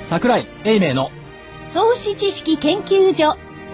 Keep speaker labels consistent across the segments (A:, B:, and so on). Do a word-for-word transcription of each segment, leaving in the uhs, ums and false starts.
A: 桜井英明の
B: 投資知識研究所。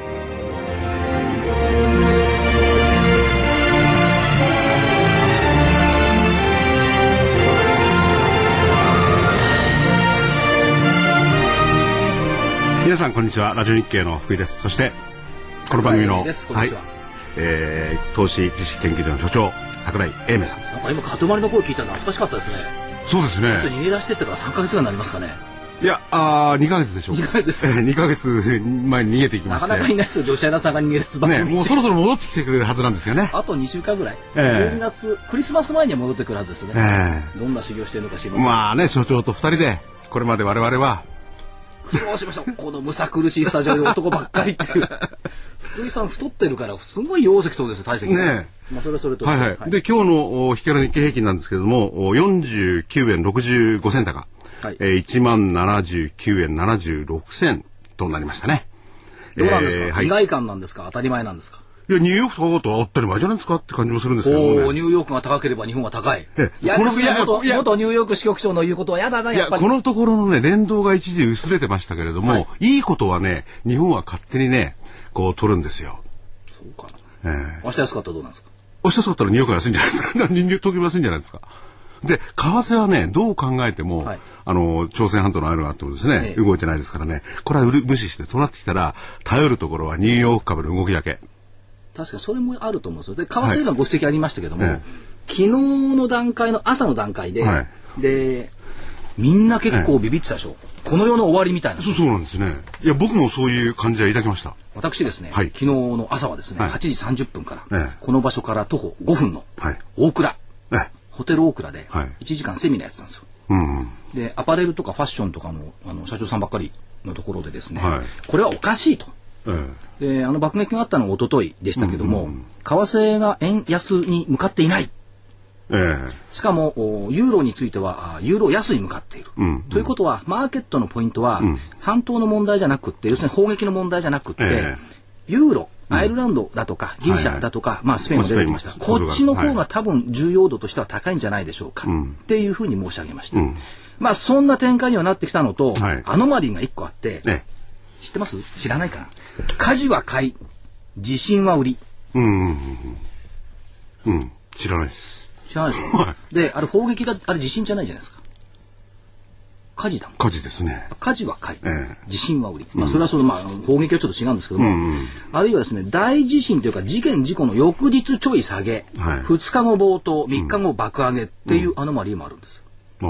C: 皆さんこんにちは。ラジオ日経の福井です。そしてこの番組の、はい、えー、投資知識研究所の所長桜井英明さんです。
A: なんか今塊の声聞いたの懐かしかったですね。
C: そうですね。
A: 逃げ出してってからさんかげつぐらいになりますかね。
C: いや、あにかげつでしょうか。
A: にかげつですか。
C: にかげつまえに逃げていきまして、
A: なかなかいないですよ、女子アナさんが逃げ出す番組、
C: ね、もうそろそろ戻ってきてくれるはずなんですよね。
A: あとにしゅうかんぐらい、
C: えー、
A: じゅうにがつクリスマス前には戻ってくるはずですね、えー、どんな修行してるのか知りません。
C: まあね、所長とふたりでこれまで我々は
A: 苦労しましたこのむさ苦しいスタジオで男ばっかりっていう福井さん太ってるからすごい容積糖ですよ、体積ね。まあそれはそれと、
C: はいはいはい、で今日の引けの日経平均なんですけれどもよんじゅうきゅうえんろくじゅうごせん高、はい、えー、いちまんななじゅうきゅうえんななじゅうろくせんとなりましたね。
A: どうなんですか、えーはい、意外感なんですか、当たり前なんですか。
C: いや、ニューヨーク高かったら当たり前じゃないですかって感じもするんですけどね。
A: おニューヨークが高ければ日本は高い。いやですね、元元ニューヨーク支局長の言うことはやだな、やっぱり。
C: いや、このところのね、連動が一時薄れてましたけれども、はい、いいことはね、日本は勝手にね、こう取るんですよ。
A: そうか。
C: えー、
A: 明日安かったらどうなんですか。
C: 明日安かったらニューヨークは安いんじゃないですか。東京安いんじゃないですか。で、為替はね、どう考えても、はい、あの、朝鮮半島の間があってもですね、ええ、動いてないですからね、これは無視して、となってきたら、頼るところはニューヨーク株の動きだけ。
A: 確かにそれもあると思うんですよ。で、為替今ご指摘ありましたけども、はい、昨日の段階の朝の段階で、はい、で、みんな結構ビビってたでしょ。はい、この世の終わりみたいな。
C: そうそうなんですね。いや、僕もそういう感じは抱きました。
A: 私ですね、はい、昨日の朝はですね、はい、はちじさんじゅっぷんから、ええ、この場所から徒歩ごふんの大倉、はい、ホテル大倉でいちじかんセミナーやってたんですよ。うんうん、で、アパレルとかファッションとか の, あの社長さんばっかりのところでですね、はい、これはおかしいと。ええ、で、あの爆撃があったのは一昨日でしたけども、うんうんうん、為替が円安に向かっていない。ええ、しかもユーロについてはユーロ安に向かっている、うんうん、ということはマーケットのポイントは、うん、半島の問題じゃなくって、要するに砲撃の問題じゃなくって、ええ、ユーロ、アイルランドだとか、うん、ギリシャだとか、はいはい、まあ、スペインも出てきました、まあ、こっちの方が多分重要度としては高いんじゃないでしょうか、うん、っていうふうに申し上げました、うん、まあそんな展開にはなってきたのと、はい、アノマリーがいっこあって、ね、知ってます？知らないかな。火事は買い、地震は売り。
C: うんうんうんうん、知らないです。
A: 知らないでしょ、はい、で、あれ砲撃があれ地震じゃないじゃないですか。火事だもん。
C: 火事ですね。
A: 火事は買い、えー、地震は売り、まあ、それはその、まあ、砲撃はちょっと違うんですけども、うんうん、あるいはですね、大地震というか事件事故の翌日ちょい下げ、はい、ふつかご暴騰、みっかご爆上げっていうアノマリーもあるんですよ、うん、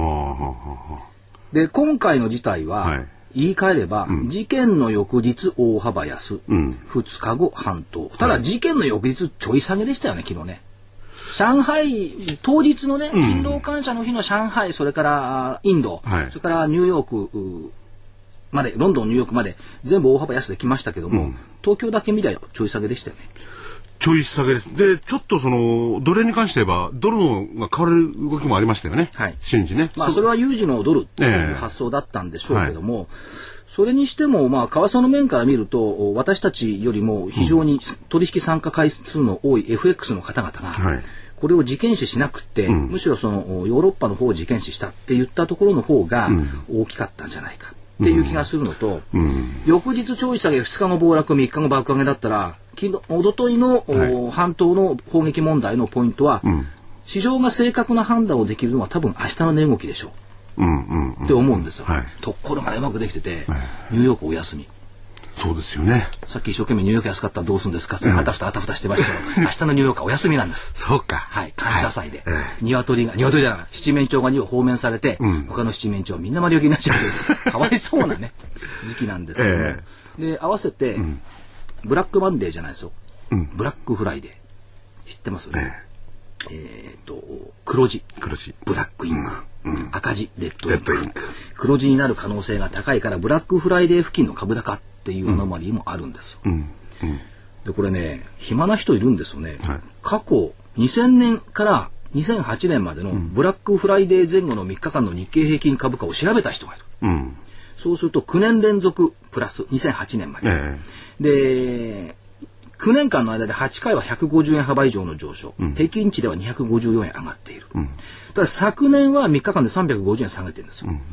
A: で、今回の事態は、はい、言い換えれば、うん、事件の翌日大幅安、うん、ふつかご反騰、ただ事件の翌日ちょい下げでしたよね、昨日ね。上海当日のね、勤労感謝の日の上海、それからインド、はい、それからニューヨークまで、ロンドンニューヨークまで全部大幅安で来ましたけども、うん、東京だけ見りゃちょい下げでしたよね。
C: ちょい下げです。で、ちょっとそのドル円に関して言えばドルが買われる動きもありましたよね。はい、瞬時ね。
A: まあそれは有事のドルっていう発想だったんでしょうけども、えーはい、それにしても、まあ、為替の面から見ると、私たちよりも非常に取引参加回数の多い エフエックス の方々が、はい、これを自検視しなくて、うん、むしろそのヨーロッパの方を自検視したって言ったところの方が大きかったんじゃないかっていう気がするのと、うんうん、翌日ちょい下げふつかご暴落みっかご爆上げだったら、昨日おとといの、はい、半島の砲撃問題のポイントは、うん、市場が正確な判断をできるのは多分明日の値動きでしょう、うんうんうん、って思うんですよ、はい、ところがうまくできてて、はい、ニューヨークお休み。
C: そうですよね。
A: さっき一生懸命ニューヨーク安かったらどうするんですかってあたふたあたふたしてましたけど、明日のニューヨークはお休みなんです。
C: そうか。
A: はい、感謝祭で、はい、鶏が鶏じゃない七面鳥がに羽放免されて、うん、他の七面鳥はみんな丸焼きになっちゃうというかわいそうなね時期なんですけど、えー、で合わせて、うん、ブラックマンデーじゃないですよ、うん、ブラックフライデー知ってます？えー、えーと黒字
C: 黒字
A: ブラックインク、うんうん、赤字レッドインク、
C: レッドインク
A: 黒字になる可能性が高いからブラックフライデー付近の株高っていうアノマリーもあるんですよ、うんうんうん、でこれね暇な人いるんですよね、はい、過去にせんねんからにせんはちねんまでのブラックフライデー前後のみっかかんの日経平均株価を調べた人がいる、うん、そうするときゅうねん連続プラスにせんはちねんまで、えー、できゅうねんかんの間ではちかいはひゃくごじゅうえん幅以上の上昇、うん、平均値ではにひゃくごじゅうよえん上がっている、うん、ただ昨年はみっかかんでさんびゃくごじゅうえん下げてるんですよ、うんうん、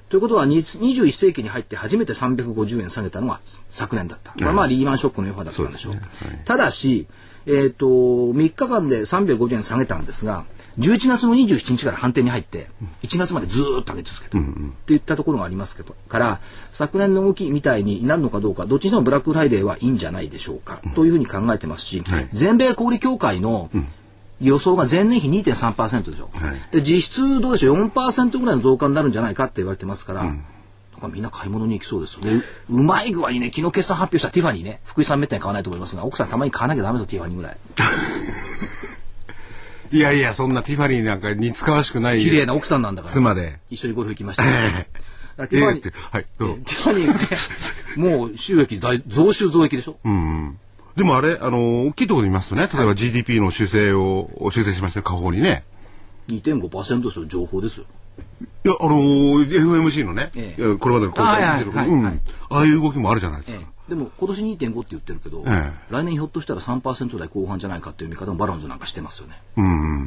A: ということはにじゅういっ世紀に入って初めてさんびゃくごじゅうえん下げたのが昨年だった。これはまあリーマンショックの余波だったんでしょう。うねはい、ただし、えーと、みっかかんでさんびゃくごじゅうえん下げたんですが、じゅういちがつのにじゅうしちにちから反転に入って、いちがつまでずーっと上げ続けた。うんうん、っていったところがありますけど、から、昨年の動きみたいになるのかどうか、どっちにしてもブラックフライデーはいいんじゃないでしょうか、うん、というふうに考えてますし、はい、全米小売協会の、うん予想が前年比 にてんさんパーセント でしょ、はい、で実質どうでしょう よんパーセント ぐらいの増加になるんじゃないかって言われてますから、うん、なんかみんな買い物に行きそうですよね。うまい具合にね昨日決算発表したティファニーね福井さんめったに買わないと思いますが奥さんたまに買わなきゃダメですよティファニーぐらい
C: いやいやそんなティファニーなんか似つかわしくない
A: 綺麗な奥さんなんだから
C: 妻で
A: 一緒にゴルフ行きました、ね、だティファニー、えーはい、ティファニーねもう収益大増収増益でしょ、うん
C: でもあれ、あのー、大きいところで見ますとね、例えば ジーディーピー の修正を、修正しましたね、下方にね。
A: にてんごパーセント ですよ、情報ですよ。
C: いや、あのー、エフエムシー のね、ええ、いやこれまでの
A: あ、はいはいはい
C: うんはい、ああいう動きもあるじゃないですか。え
A: え、でも今年 にてんご って言ってるけど、ええ、来年ひょっとしたら さんパーセント 台後半じゃないかっていう見方もバロンズなんかしてますよね。うんうんうんうん。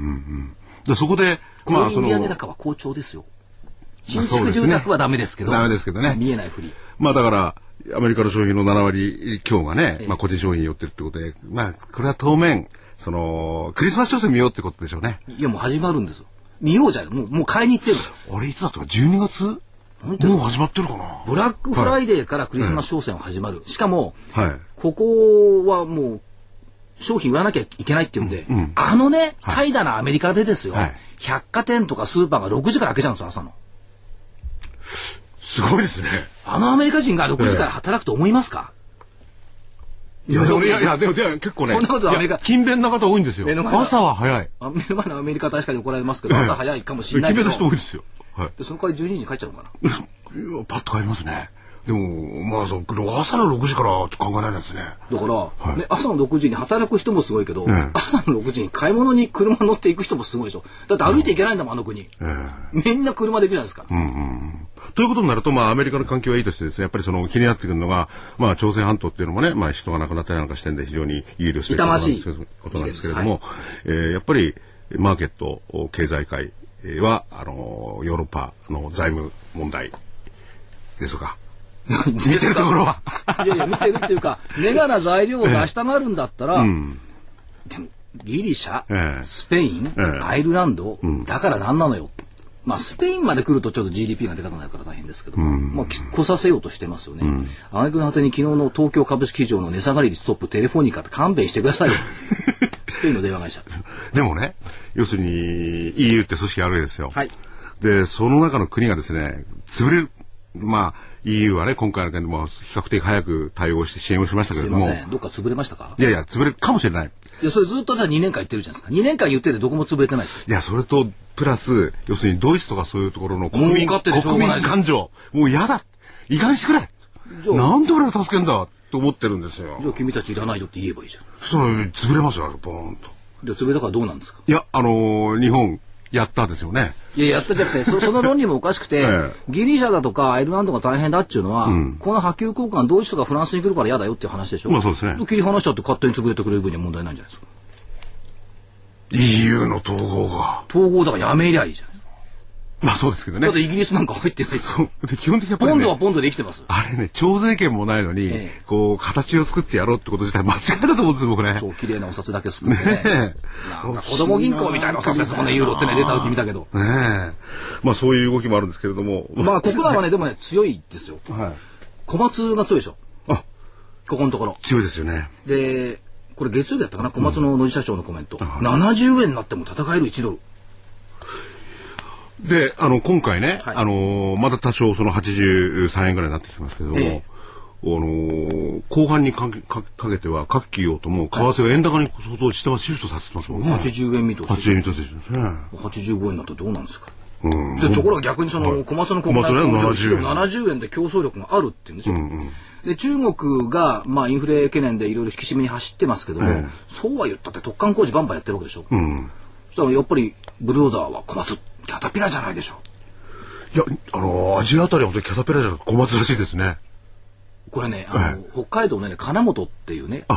C: でそこで、
A: まあその売上高は好調ですよ。新築住宅はダメですけど、
C: ダメですけどね。
A: 見えないふり。
C: まあだから。アメリカの商品のななわり強がね、ええ、まあ個人商品によってるってことで、まあこれは当面そのクリスマス商戦見ようってことでしょうね。
A: いやもう始まるんですよ。見ようじゃないもうもう買いに行ってるんですよ。
C: あれいつだったかじゅうにがつ？もう始まってるかな。
A: ブラックフライデーからクリスマス商戦は始まる。はい、しかも、はい、ここはもう商品売らなきゃいけないっていうんで、うんうん、あのね怠惰なアメリカでですよ、はい、百貨店とかスーパーがろくじから開けちゃうんですよ朝の。
C: すごいですね。
A: あのアメリカ人がろくじから働くと思いますか？
C: ええ、いやいやいやでもでも結構ね。
A: そんなことアメリカ
C: 勤勉な方多いんですよ。朝は早い。
A: 目の前のアメリカ確かに怒られますけど、ええ、朝早いかもしれないけど。
C: 勤勉な人多いですよ。
A: はい。でその代わりじゅうにじに帰っちゃうのかな。
C: パッと帰りますね。でもまあそう朝のろくじから考えないですね。
A: だから、はいね、朝のろくじに働く人もすごいけど、ええ、朝のろくじに買い物に車乗っていく人もすごいでしょ。だって歩いていけないんだもん、うん、あの国、ええ。みんな車で行くじゃないですか。うんうん
C: ということになると、まあ、アメリカの環境はいいとしてですね、やっぱりその気になってくるのが、まあ、朝鮮半島っていうのもね、まあ、人が亡くなったりなんかしてんで非常に憂慮することなんですけれども、はいえー、やっぱりマーケット経済界はあのヨーロッパの財務問題ですか。見てるところは。
A: いやいや見てるっていうか、ネガな材料を出したがるんだったら、うん、ギリシャ、えー、スペイン、えー、アイルランド、うん、だから何なのよ。まあ、スペインまで来るとちょっと ジーディーピー がでかくなるから大変ですけど、うん、まあ、来させようとしてますよね。あげくの果てに昨日の東京株式市場の値下がり率トップテレフォニカって勘弁してくださいよ。スペインの電話会社。
C: でもね、要するに イーユー って組織あるわけですよ。はい、で、その中の国がですね、潰れる。まあ、イーユー はね、今回の件でも比較的早く対応して支援をしましたけれども。
A: すいません。どっか潰れましたか？
C: いやいや、潰れるかもしれない。
A: いや、それずっとにねんかん言ってるじゃないですか。にねんかん言っててどこも潰れてないです。
C: いや、それと、プラス、要するにドイツとかそういうところの国民、国民感情、もう嫌だ。いかにしてくれ。なんで俺が助けんだと思ってるんですよ。
A: じゃあ君たちいらないよって言えばいいじゃん。
C: そしたら潰れますよ、ボーンと。
A: じゃあ潰れたからどうなんですか？
C: いや、あのー、日本、やったですよね。
A: いや、やったじゃなくて、そ, その論理もおかしくて、ええ、ギリシャだとかアイルランドが大変だっていうのは、うん、この波及交換ドイツとかフランスに来るから嫌だよっていう話でしょ。
C: まあそうですね。
A: 切り離しちゃって勝手に潰れてくれる分には問題ないんじゃないですか。
C: イーユー の統合が。
A: 統合だからやめりゃいいじゃん。
C: まあそうですけどね。
A: だってイギリスなんか入ってないですよ。
C: で基本的にやっぱり、ね、
A: ポンドはポンドで生きてます。
C: あれね、徴税権もないのに、ええ、こう形を作ってやろうってこと自体間違いだと思うんですよ僕ね。
A: そう綺麗なお札だけ作ってね。ねなんか子供銀行みたいなお札ですもんねユーロってね出た時見たけど。ね
C: え。まあそういう動きもあるんですけれども。
A: まあ国内はねでもね強いですよ。はい。小松が強いでしょ。あ、ここのところ。
C: 強いですよね。
A: でこれ月曜日だったかな小松の野地社長のコメント。うん、ななじゅうえんになっても戦えるいちドル。
C: で、あの、今回ね、はい、あのー、まだ多少そのはちじゅうさんえんぐらいになってきますけども、ええ、あのー、後半にかけ、かけては各企業とも為替が円高に相当してます、シフトさせてますもんね。
A: はちじゅうえん見通し。
C: はちじゅうえん見通しですね。
A: はちじゅうごえんになったらどうなんですか。うん、でところが逆にその、はい、小松の国内工場ななじゅうえんで競争力があるっていうんですよ。うんうん、で中国が、まあ、インフレ懸念でいろいろ引き締めに走ってますけども、ええ、そうは言ったって突貫工事バンバンやってるわけでしょ。うん、そしたらやっぱりブルドーザーは小松キャタピラじゃないでしょ。
C: いや、あのー、アジアあたりは本当にキャタピラじゃなくて小松らしいですね。
A: これね、あの、はい、北海道のね、金本っていうね、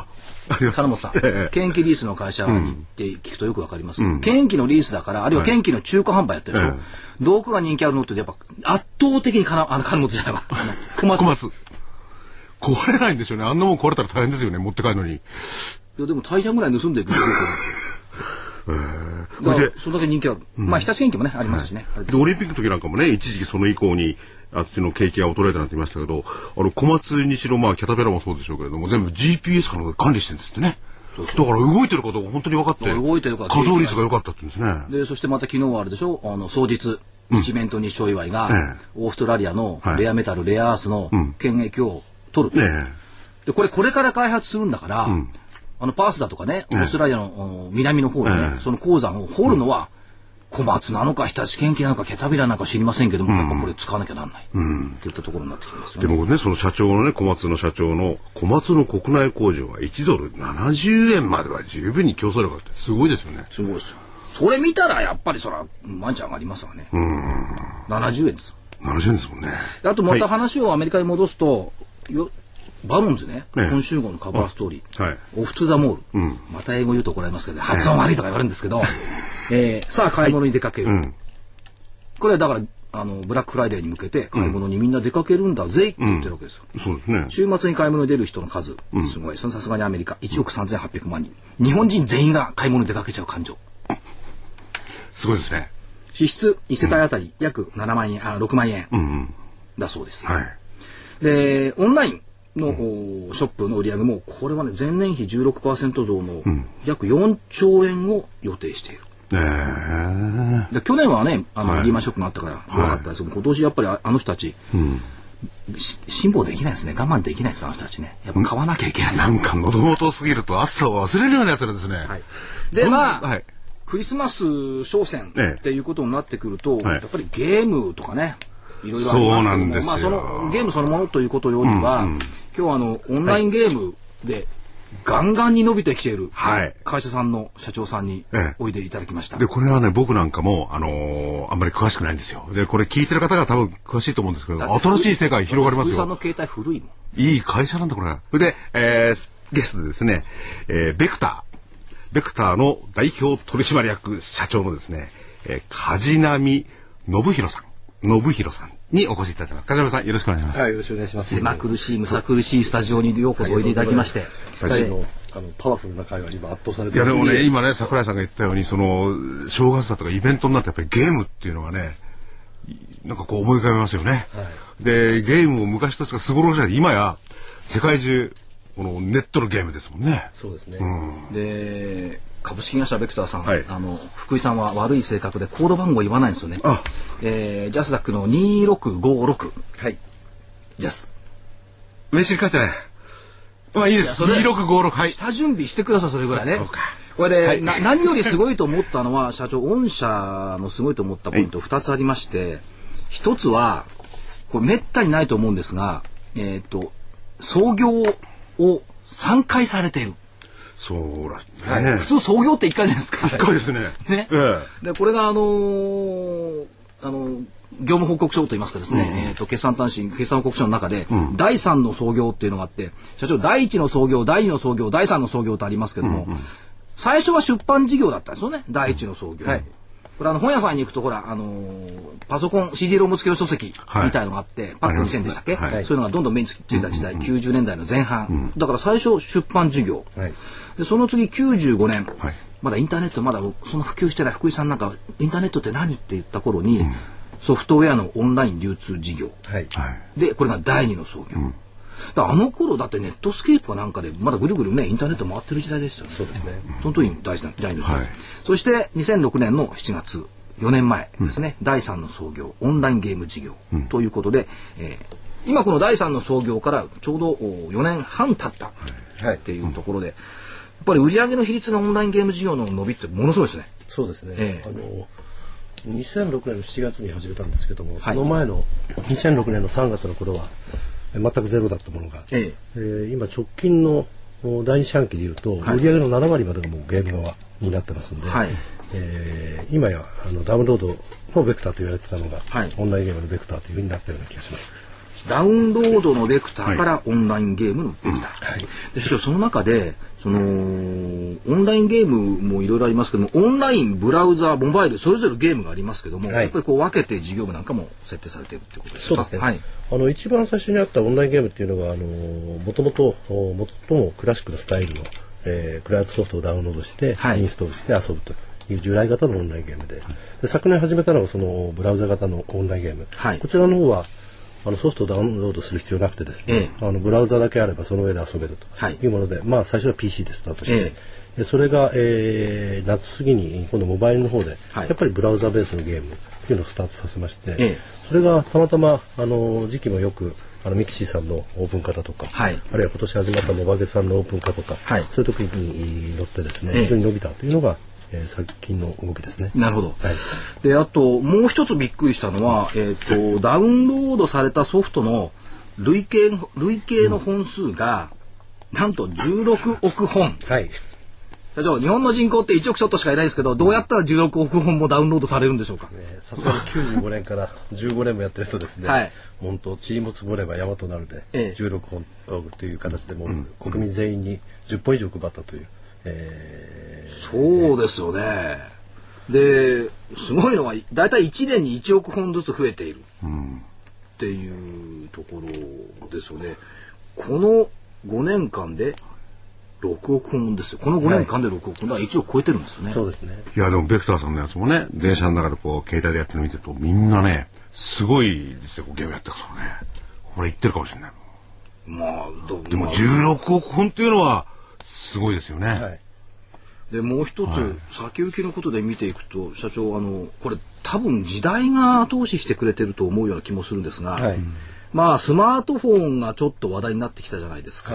A: 金本さん、ええ、ケンキリースの会社に行って聞くとよくわかりますけど、うん、ケンキのリースだから、あるいはケンキの中古販売やってるでしょ、はい、どこが人気あるのってやっぱ圧倒的に金あの金本じゃないわ小松。
C: 小松壊れないんでしょうね。あんなもん壊れたら大変ですよね、持って帰るのに。い
A: やでも大半ぐらい盗んでいくんですよえー、でそれだけ人気ある、うん、まあ日立研究もねありますしね、
C: はい、でオリンピックの時なんかもね一時期その以降にあっちの景気が衰えたなんて言いましたけど、あの小松にしろまあキャタペラもそうでしょうけれども全部 ジーピーエス から管理してるんですってね。そうそうだから動いてることが本当に分かって
A: 動いてるから
C: 稼働率が良かったって言うんですね。
A: でそしてまた昨日はあれでしょ、あの双日日面と日照祝いが、うんええ、オーストラリアのレアメタル、はい、レアアースの権益を取る、ええ、でこれこれから開発するんだから、うんあのパースだとかね、オーストラリアの南の方でね、ええ、その鉱山を掘るのは、小松なのか日立建機なのかキャタピラなのか知りませんけども、うん、やっぱこれ使わなきゃなんない、うん、っていったところになってきますよね。
C: でもね、その社長のね、小松の社長の小松の国内工場はいちドルななじゅうえんまでは十分に競争力があってすごいですよね。
A: すごいですよ。それ見たらやっぱりそらワンチャン上がりますわね。うん。ななじゅうえんですよ。
C: ななじゅうえんですもんね。
A: あとまた話をアメリカに戻すと、よバロンズね、今週号のカバーストーリー、はい、オフ・トゥ・ザ・モール、うん、また英語言うと怒られますけど、発音悪いとか言われるんですけど、えー、さあ買い物に出かける、はいうん、これはだからあのブラックフライデーに向けて買い物にみんな出かけるんだぜって言ってるわけですよ、
C: うん、そうですね。
A: 週末に買い物に出る人の数、うん、すごい。そのさすがにアメリカいちおくさんぜんはっぴゃくまんにん、日本人全員が買い物に出かけちゃう感情、
C: すごいですね。
A: 支出いち世帯あたり約ななまんえん、あろくまんえん、うんうん、だそうです、はい、でオンラインの、うん、ショップの売り上げもこれはね前年比 じゅうろくパーセント 増の約よんちょうえんを予定している、えー、で去年はねあの、はい、リーマンショックがあったから弱かったですけど、はい、今年やっぱりあの人たち、うん、辛抱できないですね。我慢できないですあの人たちね。やっぱ買わなきゃいけない。
C: なんか喉元すぎると暑さを忘れるようなやつらですね、はい、
A: でまあ、はい、クリスマス商戦っていうことになってくると、ええ、やっぱりゲームとかねいろいろありますけども、まあ、そのゲームそのものということよりは、うんうん、今日はあのオンラインゲームでガンガンに伸びてきている会社さんの社長さんにおいでいただきました、
C: ええ、でこれはね僕なんかも、あのー、あんまり詳しくないんですよ。でこれ聞いてる方が多分詳しいと思うんですけど新しい世界広がりますよ。
A: 福井さんの携帯古いもん。
C: いい会社なんだこれ。それで、えー、ゲストでですね、えー、ベクターベクターの代表取締役社長のですね、えー、梶波信弘さん信弘さんにお越しいただきます。梶波さんよろしくお願いします。
D: はい、よろしくお願いします。
A: 狭苦しいむさ苦しいスタジオにようこそおいでいただきまして、
D: はい、のあのパワフルな会話に今圧倒されて
C: いやでもね今ね櫻井さんが言ったようにその正月だとかイベントになってやっぱりゲームっていうのがねなんかこう思い浮かべますよね、はい、でゲームを昔としてはすごろくじゃない今や世界中このネットのゲームですもんね。
D: そうですね、
A: うん、で株式会社ベクターさん、はい、あの福井さんは悪い性格でコード番号言わないんですよね。あ、えー、ジャスダックのにろくごろくはいジャス
C: 名刺に書いてない。まあいいです。にろくごろくはい。
A: 下準備してくださいそれぐらいね。そうか。これで、はい、な何よりすごいと思ったのは社長御社のすごいと思ったポイントふたつありまして、ひとつはこれめったにないと思うんですが、えっと創業をさんかいされている。
C: そうだ
A: ね、はい、普通創業っていっかいじゃないですか。
C: いっかいですね。
A: ね。ええ、でこれがあのー、あのー、業務報告書といいますかですね、うん、えー、と決算単身決算報告書の中で、うん、だいさんの創業っていうのがあって社長だいいちの創業だいにの創業だいさんの創業ってありますけども、うんうん、最初は出版事業だったんですよねだいいちの創業、はい、これあの本屋さんに行くとほら、あのー、パソコン シーディー ロム付きの書籍みたいのがあって、はい、パックにせんでしたっけ、はい、そういうのがどんどん目についた時代、うんうん、きゅうじゅうねんだいの前半、うん、だから最初出版事業、はい、でその次きゅうじゅうごねん、はい、まだインターネットまだその普及してない福井さんなんかインターネットって何って言った頃に、うん、ソフトウェアのオンライン流通事業、はい、でこれがだいにの創業、うん、だあの頃だってネットスケープかなんかでまだぐるぐるねインターネット回ってる時代でしたよね。そうですね。その時に大事な時代です、はい、そしてにせんろくねんのしちがつよねんまえですね、うん、だいさんの創業オンラインゲーム事業、うん、ということで、えー、今このだいさんの創業からちょうどよねんはん経ったっていうところで、はい、やっぱり売上の比率のオンラインゲーム事業の伸びってものすごいですね。
D: そうですね、えー、あのにせんろくねんのしちがつに始めたんですけども、はい、その前のにせんろくねんのさんがつの頃は全くゼロだったものが、えーえー、今直近のだいに四半期でいうと、はい、売上のななわりまでがもうゲーム側になってますので、はい、えー、今やあのダウンロードのベクターと言われてたのが、はい、オンラインゲームのベクターという風になったような気がします。
A: ダウンロードのベクターからオンラインゲームのベクター、はい、で所長その中でそのオンラインゲームもいろいろありますけども、オンラインブラウザモバイルそれぞれゲームがありますけども、はい、やっぱりこう分けて事業部なんかも設定されているってことですか。
D: そうですね、はい、あの一番最初にあったオンラインゲームっていうのがあのもともと最もクラシックなスタイルの、えー、クライアントソフトをダウンロードして、はい、インストールして遊ぶという従来型のオンラインゲーム で,、はい、で昨年始めたのがそのブラウザ型のオンラインゲーム、はい、こちらの方はあのソフトをダウンロードする必要なくてですね、ええ、あのブラウザだけあればその上で遊べるというもので、はい、まあ最初は ピーシー でスタートして、ええ、それが、えー、夏過ぎに今度モバイルの方で、はい、やっぱりブラウザベースのゲームっていうのをスタートさせまして、ええ、それがたまたまあの時期もよくあのミキシーさんのオープン型とか、はい、あるいは今年始まったモバゲさんのオープン化とか、はい、そういう時に乗ってですね、ええ、非常に伸びたというのがえー、最近の動きですね。
A: なるほど。はい、であともう一つびっくりしたのは、えーと、ダウンロードされたソフトの累計累計の本数が、うん、なんとじゅうろくおくほん。はい。社長、日本の人口っていちおくちょっとしかいないですけど、どうやったらじゅうろくおくほんもダウンロードされるんでしょうか。
D: さすがにきゅうじゅうごねんからじゅうごねんもやってるとですね、はい、本当チームつぼれば山となるで、ええ、じゅうろくほんという形でもう、うん、国民全員にじゅっぽん以上配ったという。え
A: ー、そうですよね。ですごいのはだいたいいちねんにいちおくほんずつ増えているっていうところですよね。このごねんかんでろくおくほんですよ。このごねんかんでろくおくほんだからいちおく超えてるんですよね。
D: そうですね。
C: いやでもベクターさんのやつもね、電車の中でこう携帯でやってるの見てるとみんなねすごいですよ、ゲームやってるからね。これ言ってるかもしれない。
A: まあど
C: でもじゅうろくおくほんっていうのはすごいですよね。はい、
A: でもう一つ、はい、先行きのことで見ていくと社長あのこれ多分時代が後押ししてくれてると思うような気もするんですが、はい、まあスマートフォンがちょっと話題になってきたじゃないですか。はい、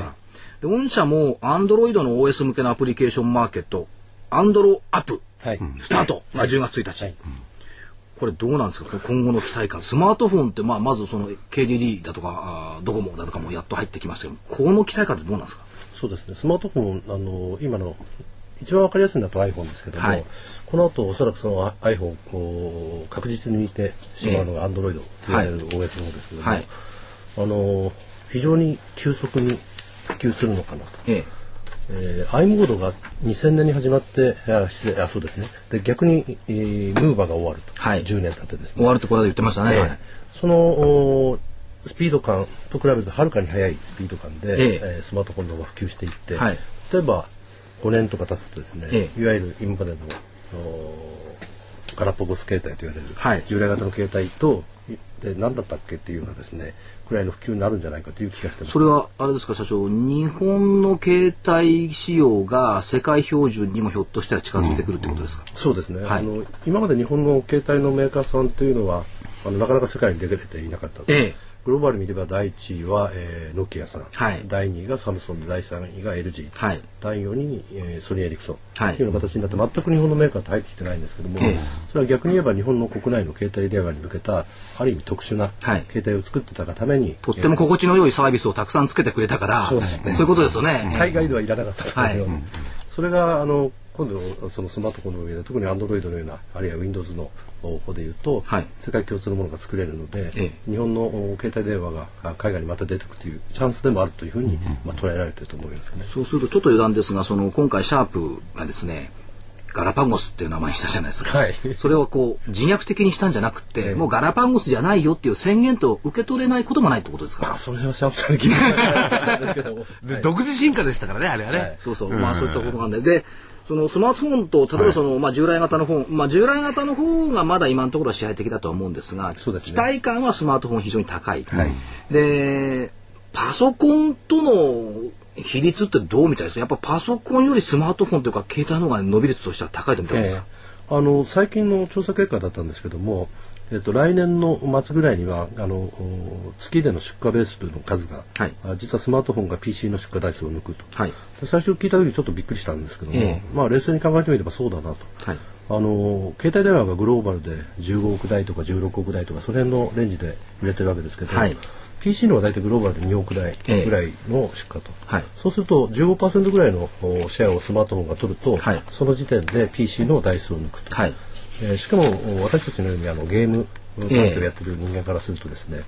A: で御社もアンドロイドの オーエス 向けのアプリケーションマーケットアンドロアップ、はい、スタート、はい、じゅうがつついたち、はい、これどうなんですか今後の期待感。スマートフォンって、まあ、まずその ケーディーディー だとかドコモだとかもやっと入ってきましたけどこの期待感ってどうなんですか。
D: そうですね、スマートフォンあの今の一番わかりやすいのだと iPhone ですけども、はい、この後おそらくその iPhone を確実に見てしまうのが Android といわれる オーエス の方ですけども、はい、あの非常に急速に普及するのかなと。えええー、i モードがにせんねんに始まってあ失礼あそうですねで逆に、えー、ムーバーが終わると、はい、じゅうねん経ってですね
A: 終わるところで言ってましたね。えーはい、
D: そのスピード感と比べるとはるかに速いスピード感で、えええー、スマートフォンの方が普及していって、はい、例えばごねんとか経つとですね、ええ、いわゆる今までのガラパゴス携帯と言われる、はい、従来型の携帯とで何だったっけっていうようなですねくらいの普及になるんじゃないかという気がしてます。
A: それはあれですか社長、日本の携帯仕様が世界標準にもひょっとしたら近づいてくるということですか。
D: うん、そうですね、はい、あの今まで日本の携帯のメーカーさんというのはあのなかなか世界に出てていなかったと、ええ、グローバル見ればだいいちいは、えー、ノキアさん、はい、だいにいがサムソンでだいさんいが エルジー、はい、だいよんいに、えー、ソニーエリクソン、はい、というような形になって全く日本のメーカーって入ってきてないんですけども、ええ、それは逆に言えば日本の国内の携帯電話に向けたある意味特殊な携帯を作ってたがために、はい、
A: とっても心地の良いサービスをたくさんつけてくれたから、そうですね、そういうことですよね。
D: 海外ではいらなかったと思うよ、はい、それがあの今度そのスマートフォンの上で特に Android のようなあるいは Windows の方でいうと、はい、世界共通のものが作れるので、ええ、日本の携帯電話が海外にまた出てくるというチャンスでもあるというふうに、うんまあ、捉えられていると思いますね。
A: そうするとちょっと余談ですがその今回シャープがですねガラパゴスっていう名前にしたじゃないですか、はい、それをこう自虐的にしたんじゃなくて、ええ、もうガラパゴスじゃないよっていう宣言と受け取れないこともないってことですか。
D: まあそれはシャープさんに聞いたんですけども
C: 独自進化でしたからねあれはね、はい、
A: そうそう、まあそういったことなんででそのスマートフォンと例えばその、はいまあ、従来型の方、まあ、従来型の方がまだ今のところは支配的だとは思うんですがそうです、ね、期待感はスマートフォン非常に高い、はい、でパソコンとの比率ってどうみたいですか。やっぱパソコンよりスマートフォンというか携帯の方が伸び率としては高いとみたいですか。
D: えー、あの最近の調査結果だったんですけどもえっと、来年の末ぐらいにはあの月での出荷ベースの数が、はい、実はスマートフォンが ピーシー の出荷台数を抜くと、はい、最初聞いた時ちょっとびっくりしたんですけども、えーまあ、冷静に考えてみればそうだなと、はい、あの携帯電話がグローバルでじゅうごおくだいとかじゅうろくおくだいとかその辺のレンジで売れてるわけですけど、はい、ピーシー のは大体グローバルでにおくだいぐらいの出荷と、えーはい、そうすると じゅうごパーセント ぐらいのシェアをスマートフォンが取ると、はい、その時点で ピーシー の台数を抜くと、はいえー、しかも私たちのようにあのゲーム環境をやってる人間からするとですね、えー、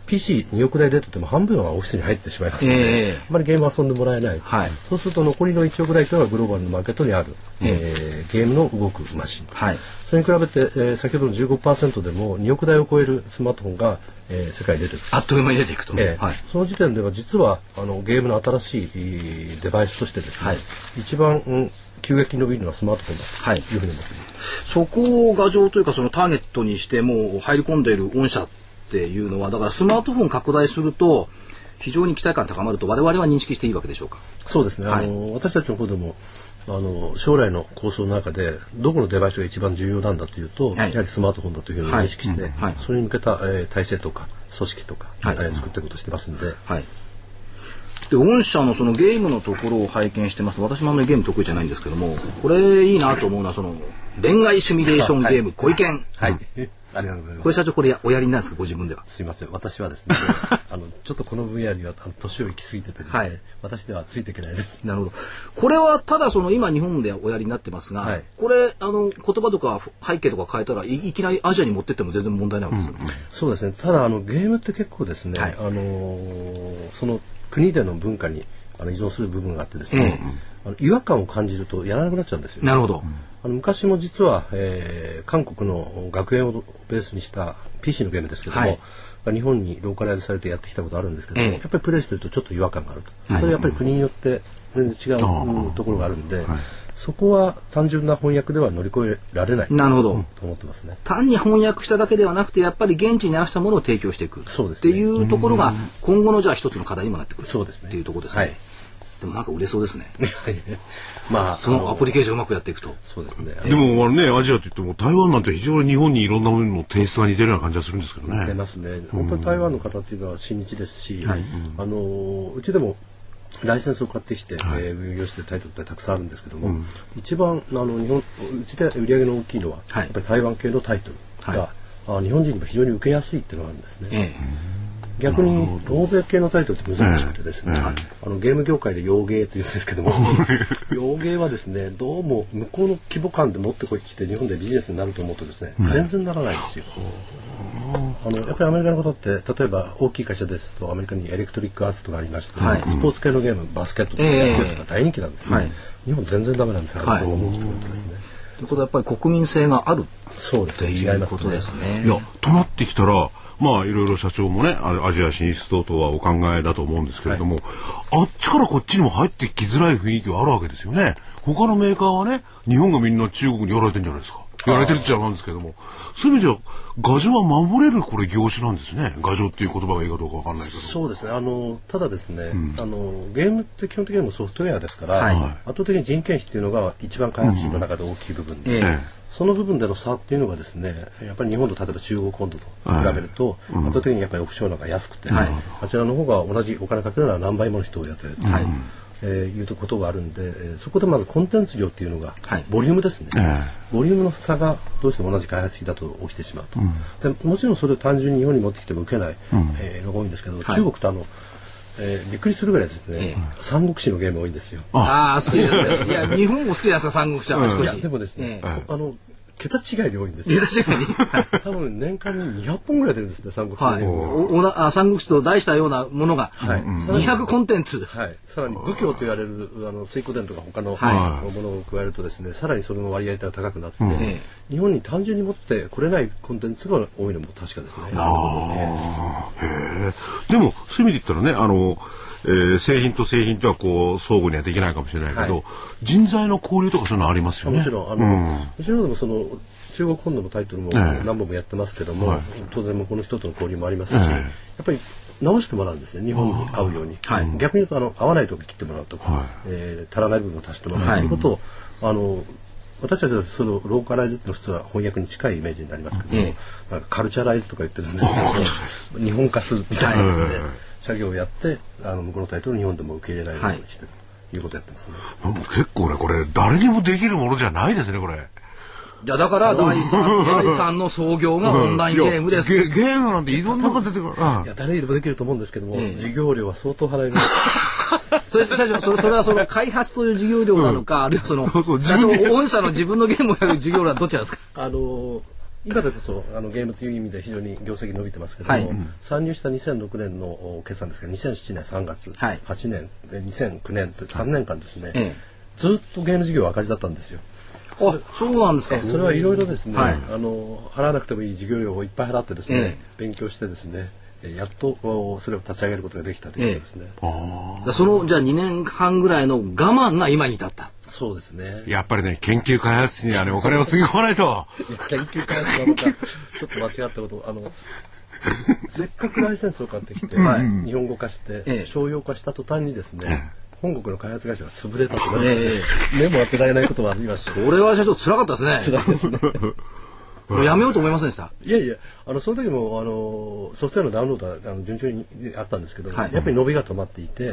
D: ピーシーに 億台出てても半分はオフィスに入ってしまいますので、えー、あまりゲームを遊んでもらえない、はい、そうすると残りのいちおく台というのはグローバルのマーケットにある、えー、ゲームの動くマシン、はい、それに比べて、えー、先ほどの じゅうごパーセント でもにおく台を超えるスマートフォンが、えー、世界に出てくる。
A: あっという間に出ていくと、
D: えーはい、その時点では実はあのゲームの新しいデバイスとしてですね、はい、一番、うん、急激に伸びるのはスマートフォンだというふうに思っています、
A: はい、そこを牙城というかそのターゲットにしてもう入り込んでいる御社っていうのはだからスマートフォン拡大すると非常に期待感高まると我々は認識していいわけでしょうか。
D: そうですね、はい、あの私たちの方でもあの将来の構想の中でどこのデバイスが一番重要なんだというと、はい、やはりスマートフォンだというふうに認識して、はいはい、それに向けた、えー、体制とか組織とか、はい、作っていくことをしてますんで、はい、
A: で御社のそのゲームのところを拝見してますと私もあんまりゲーム得意じゃないんですけどもこれいいなと思うのはその恋愛シミュレーションゲーム小池、
D: はいはいありがとうございます。
A: これ社長これおやりになるんですかご自分では。
D: すいません私はですねあのちょっとこの分野には年を行き過ぎててですね、はい、私ではついていけないです。
A: なるほど。これはただその今日本でおやりになってますが、はい、これあの言葉とか背景とか変えたら い, いきなりアジアに持ってっても全然問題ないわけですよね、うん、
D: そうですね。ただあのゲームって結構ですね、はい、あのー、その国での文化にあの依存する部分があってですね、うん、あの違和感を感じるとやらなくなっちゃうんですよ、ね、
A: なるほど。
D: あの昔も実は、えー、韓国の学園をベースにした ピーシー のゲームですけども、はい、日本にローカライズされてやってきたことあるんですけども、えー、やっぱりプレイしてるとちょっと違和感があると、はい、それはやっぱり国によって全然違う、うん、ところがあるんで、はい、そこは単純な翻訳では乗り越えられない
A: なるほど、
D: うん、と思ってますね。
A: 単に翻訳しただけではなくてやっぱり現地に合わせたものを提供していくそうです、ね、っていうところが今後のじゃあ一つの課題にもなってくるそうです、ね、っていうところですね、はい、でもなんか売れそうですねまあそのアプリケーションうまくやっていくと
D: そうですね。
C: でもあのねアジアといっても台湾なんて非常に日本にいろんなもののテイストが似てるような感じがするんですけどね。
D: 似てますね。本当に台湾の方っていうのは親日ですし、はい、あのうちでもライセンスを買ってきて、はいえー、運用してるタイトルってたくさんあるんですけども、うん、一番あの日本うちで売り上げの大きいのは、はい、やっぱり台湾系のタイトルが、はい、あ日本人にも非常に受けやすいっていうのがあるんですね。ええ逆に欧米系のタイトルって難しくてですね、ええ、あのゲーム業界で洋芸というんですけども洋芸はですねどうも向こうの規模感で持ってこいきて日本でビジネスになると思うとですね、うん、全然ならないんですよ。あのやっぱりアメリカのことって例えば大きい会社ですとアメリカにエレクトリックアーツとかありまして、はい、スポーツ系のゲームバスケットとか野球とか大人気なんですね、はい、日本全然ダメなんですよ、はい、そう思うとですね。
A: ということはやっぱり国民性がある
D: そうですね違いますね。
C: いやとなってきたらまあいろいろ社長もねアジア進出等々はお考えだと思うんですけれども、はい、あっちからこっちにも入ってきづらい雰囲気はあるわけですよね。他のメーカーはね日本がみんな中国にやられてるんじゃないですか。やられてるって言っちゃうんですけどもそういう意味では牙城は守れるこれ業種なんですね。牙城っていう言葉がいいかどうかわかんないけど
D: そうですね。あのただですね、うん、あのゲームって基本的にもソフトウェアですから、はい、圧倒的に人件費っていうのが一番開発費の中で大きい部分で、うんええその部分での差っていうのがですねやっぱり日本と例えば中国本土と比べると、はい、圧倒的にやっぱりオフショアの方が安くて、はい、あちらの方が同じお金かけるなら何倍もの人を雇えると、はいえー、いうことがあるんで、えー、そこでまずコンテンツ量っていうのが、はい、ボリュームですね、はい、ボリュームの差がどうしても同じ開発費だと起きてしまうと、うん、でもちろんそれを単純に日本に持ってきても受けない、うんえー、のが多いんですけど、はい、中国とあのえー、びっくりするぐらいですね、ええ、三国志のゲーム多いんですよ。
A: ああ、そうですね。いや、日本も好きじゃないですか、三国志は。
D: いや、でもですね、ええ、あの、桁違いに多いんですよ。
A: 桁違いに
D: 多分年間ににひゃっぽんぐらい出るんですね、三国志のゲーム、はい、
A: おおなあ三国志と題したようなものが、はい、にひゃくコンテンツ。
D: はい。さらに武教と言われる、あの、水古伝とか他の、はい、ものを加えるとですね、さらにそれの割合が高くなって、うん、日本に単純に持ってこれないコンテンツが多いのも確かですね。なるほど
C: ね。へえ。でも、そういう意味で言ったらね、あの、えー、製品と製品とはこう相互にはできないかもしれないけど、はい、人材の交流とかそういうのありますよね。
D: もちろんあの、うん、もちろんでもその中国本土のタイトルも何本もやってますけども、はい、当然向こうの人との交流もありますし、はい、やっぱり直してもらうんですね日本に合うように、はい、逆に言うとあの合わないとこ切ってもらうとか、はいえー、足らない部分を足してもらうということを、はい、あの私たちはそのローカライズっていうのは普通は翻訳に近いイメージになりますけども、うん、なんかカルチャライズとか言ってるんですけど日本化するみたいなですね、はい作業をやってあの向こうのタイトルを日本でも受け入れられるようにしてる、はい、いうことをやってますね。
C: 結構ねこれ誰にもできるものじゃないですねこれ。い
A: やだから第三第三の創業がオンラインゲームです。
C: ゲ, ゲームなんていろんなのが出てくる。
D: いや誰にでもできると思うんですけども、ええ、授業料は相当払います。
A: それ最初それそれはその開発という授業料なのか、うん、あるいはそのそうそう自分御社の自分のゲームをやる授業料はどっちなんですか。
D: あの今でこそあのゲームという意味で非常に業績伸びてますけども、はい、参入したにせんろくねんの決算ですがにせんななねんさんがつ、はい、はちねんでにせんきゅうねんとさんねんかんですね、ええ、ずっとゲーム事業は赤字だったんですよ。
A: あ、そうなんですか。
D: それはいろいろですね、はい、あの払わなくてもいい授業料をいっぱい払ってですね、ええ、勉強してですね、やっとそれを立ち上げることができたということですね。え
A: え、あそのじゃあにねんはんぐらいの我慢が今に至った。
D: そうですね。
C: やっぱりね、研究開発にはねお金をつぎ込まないと。
D: いや研究開発はまたちょっと間違ったことあのせっかくライセンスを買ってきて、はい、日本語化して、ええ、商用化した途端にですね。ええ、本国の開発会社が潰れたとかですね、えー、目も当てられないことはありました。
A: それは社長辛かったです
D: ね。辛いですね。
A: もうやめようと思いませんでした。
D: いやいや、あのその時もあのソフトウェアのダウンロードはあの順調にあったんですけど、はい、やっぱり伸びが止まっていて、うん、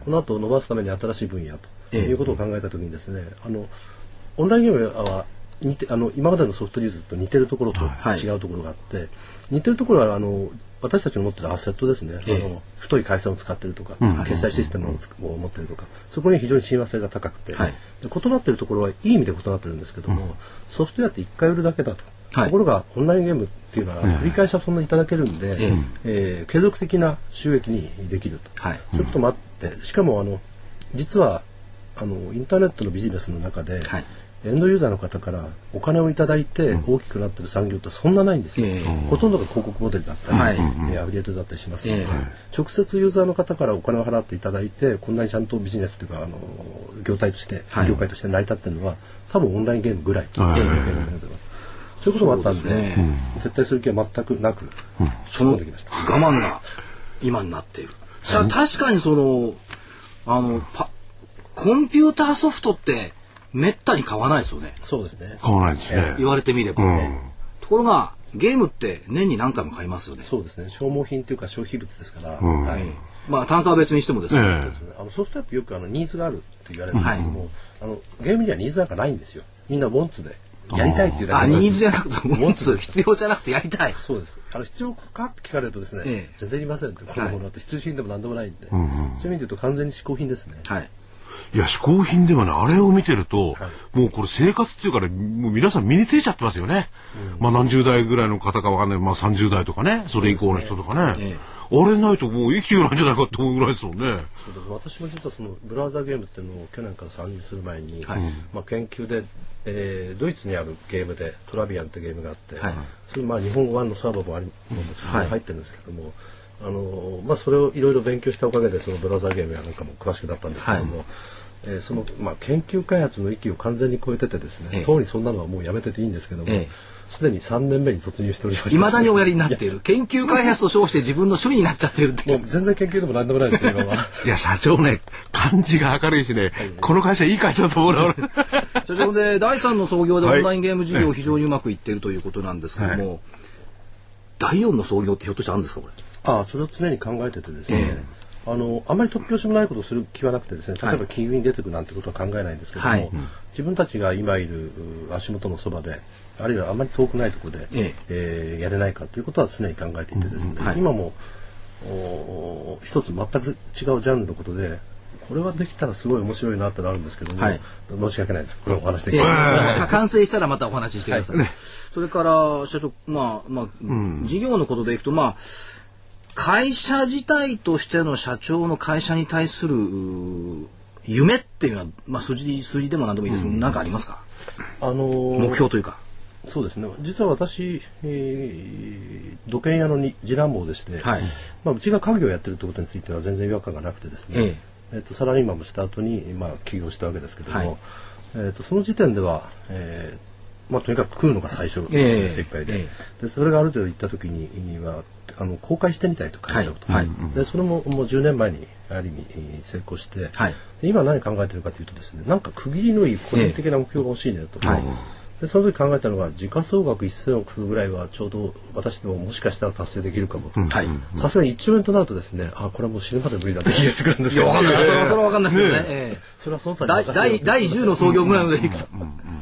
D: この後伸ばすために新しい分野ということを考えた時にですね、あのオンラインゲームは似てあの今までのソフトリューズと似てるところと違うところがあって、はい、似てるところはあの私たちの持っているアセットですね、ええ、あの太い回線を使っているとか、うん、決済システムを持っているとか、そこに非常に親和性が高くて、はい、で異なっているところはいい意味で異なっているんですけども、うん、ソフトウェアっていっかい売るだけだと、はい、ところがオンラインゲームっていうのは繰り返しはそんなにいただけるんで、えええー、継続的な収益にできると、はい、そういうこともあって、しかもあの実はあのインターネットのビジネスの中で、はい、エンドユーザーの方からお金をいただいて大きくなっている産業ってそんなないんですよ、えー、ほとんどが広告モデルだったり、はい、アフィリエイトだったりしますので、えー、直接ユーザーの方からお金を払っていただいてこんなにちゃんとビジネスというかあの業態として、はい、業界として成り立っているのは多分オンラインゲームぐらいという、えー、そういうこともあったんで、ね、撤退する気は全くなく、
A: うん、その我慢が今になっている。確かにそのあのパコンピューターソフトってめったに買わないですよね。
D: そうですね。
C: 買わないですね。
A: 言われてみればね。うん、ところがゲームって年に何回も買いますよね。
D: そうですね。消耗品というか消費物ですから。うん、はい。
A: まあ単価は別にしてもですね。え
D: ー、あのソフトウェアってよくあのニーズがあるって言われるんですけども、うん、あのゲームにはニーズなんかないんですよ。みんなウォンツでやりたいっていうだけ。
A: あ、ニーズじゃなくてウォンツ必要じゃなくてやりたい。
D: そうです。あの必要かって聞かれるとですね、えー、全然いりませんって。このものって必需品でも何でもないんで、うんうん、そういう意味で言うと完全に嗜好品ですね。はい。
C: いや嗜好品ではね、あれを見てると、はい、もうこれ生活っていうかね、もう皆さん身についちゃってますよね。うん、まあ何十代ぐらいの方かわかんない、まあさんじゅう代とかね、それ以降の人とかね。ええ、あれないともう生きていけないんじゃないかって思うぐらいですもんね。
D: そうです。私も実はそのブラウザゲームっていうのを去年から参入する前に、はい、まあ研究で、えー、ドイツにあるゲームでトラビアンってゲームがあって、はい、それまあ日本語版のサーバーもあるんですけど、それ入ってるんですけども、あのまあそれをいろいろ勉強したおかげでそのブラウザゲームやなんかも詳しくなったんですけども。はい、えー、そのまあ、研究開発の域を完全に超えててですね、ええ、当にそんなのはもうやめてていいんですけども、すで、ええ、にさんねんめに突入しておりまして、
A: いまだにおやりになっている研究開発と称して自分の趣味になっちゃってるって
D: もう全然研究でも何でもないですよ今は。
C: いや社長ね、感じが明るいしね、はい、この会社いい会社だと思うな。
A: 社長でだいさんの創業でオンラインゲーム事業非常にうまくいっているということなんですけども、はい、だいよんの創業ってひょっとしてあるんですかこれ。
D: ああ、それを常に考えててですね、ええ、あのあまり突拍子もないことをする気はなくてですね、例えば金融に出てくなんてことは考えないんですけども、はい、自分たちが今いる足元のそばで、あるいはあまり遠くないところで、えええー、やれないかということは常に考えていてですね、うん、はい、今も一つ全く違うジャンルのことでこれはできたらすごい面白いなってのあるんですけども、はい、申し訳ないです。これお話できない、
A: えー、完成したらまたお話ししてください。はい、それから社長、まあまあ、うん、事業のことでいくと、まあ会社自体としての社長の会社に対する夢っていうのは、まあ、数字数字でも何でもいいですけど、うん、何かありますか？あのー、目標というか。
D: そうですね。実は私、えー、土建屋のに次男坊でして、はい、まあ、うちが家業をやってるってことについては全然違和感がなくてですね、えええー、とサラリーマンもした後に、まあ、起業したわけですけども、はい、えー、とその時点では、えーまあ、とにかく食うのが最初、えー、精一杯で、えー、でそれがある程度行った時にはあの公開してみたいと会社をと、はいはい、でそれももうじゅうねんまえにある意味成功して、はい、で今何考えてるかというとですね、なんか区切りのいい個人的な目標が欲しいねと、はい、でその時考えたのが時価総額せんおくぐらいはちょうど私でももしかしたら達成できるかもと、さすがにいちおうえんとなるとですね、あこれはもう死ぬまで無理だって気がしてくるんですけど、
A: いや分かんない、それは分かんないですよね、え
D: え、それは孫さん
A: に第第じゅうの創業ぐらいまでいくと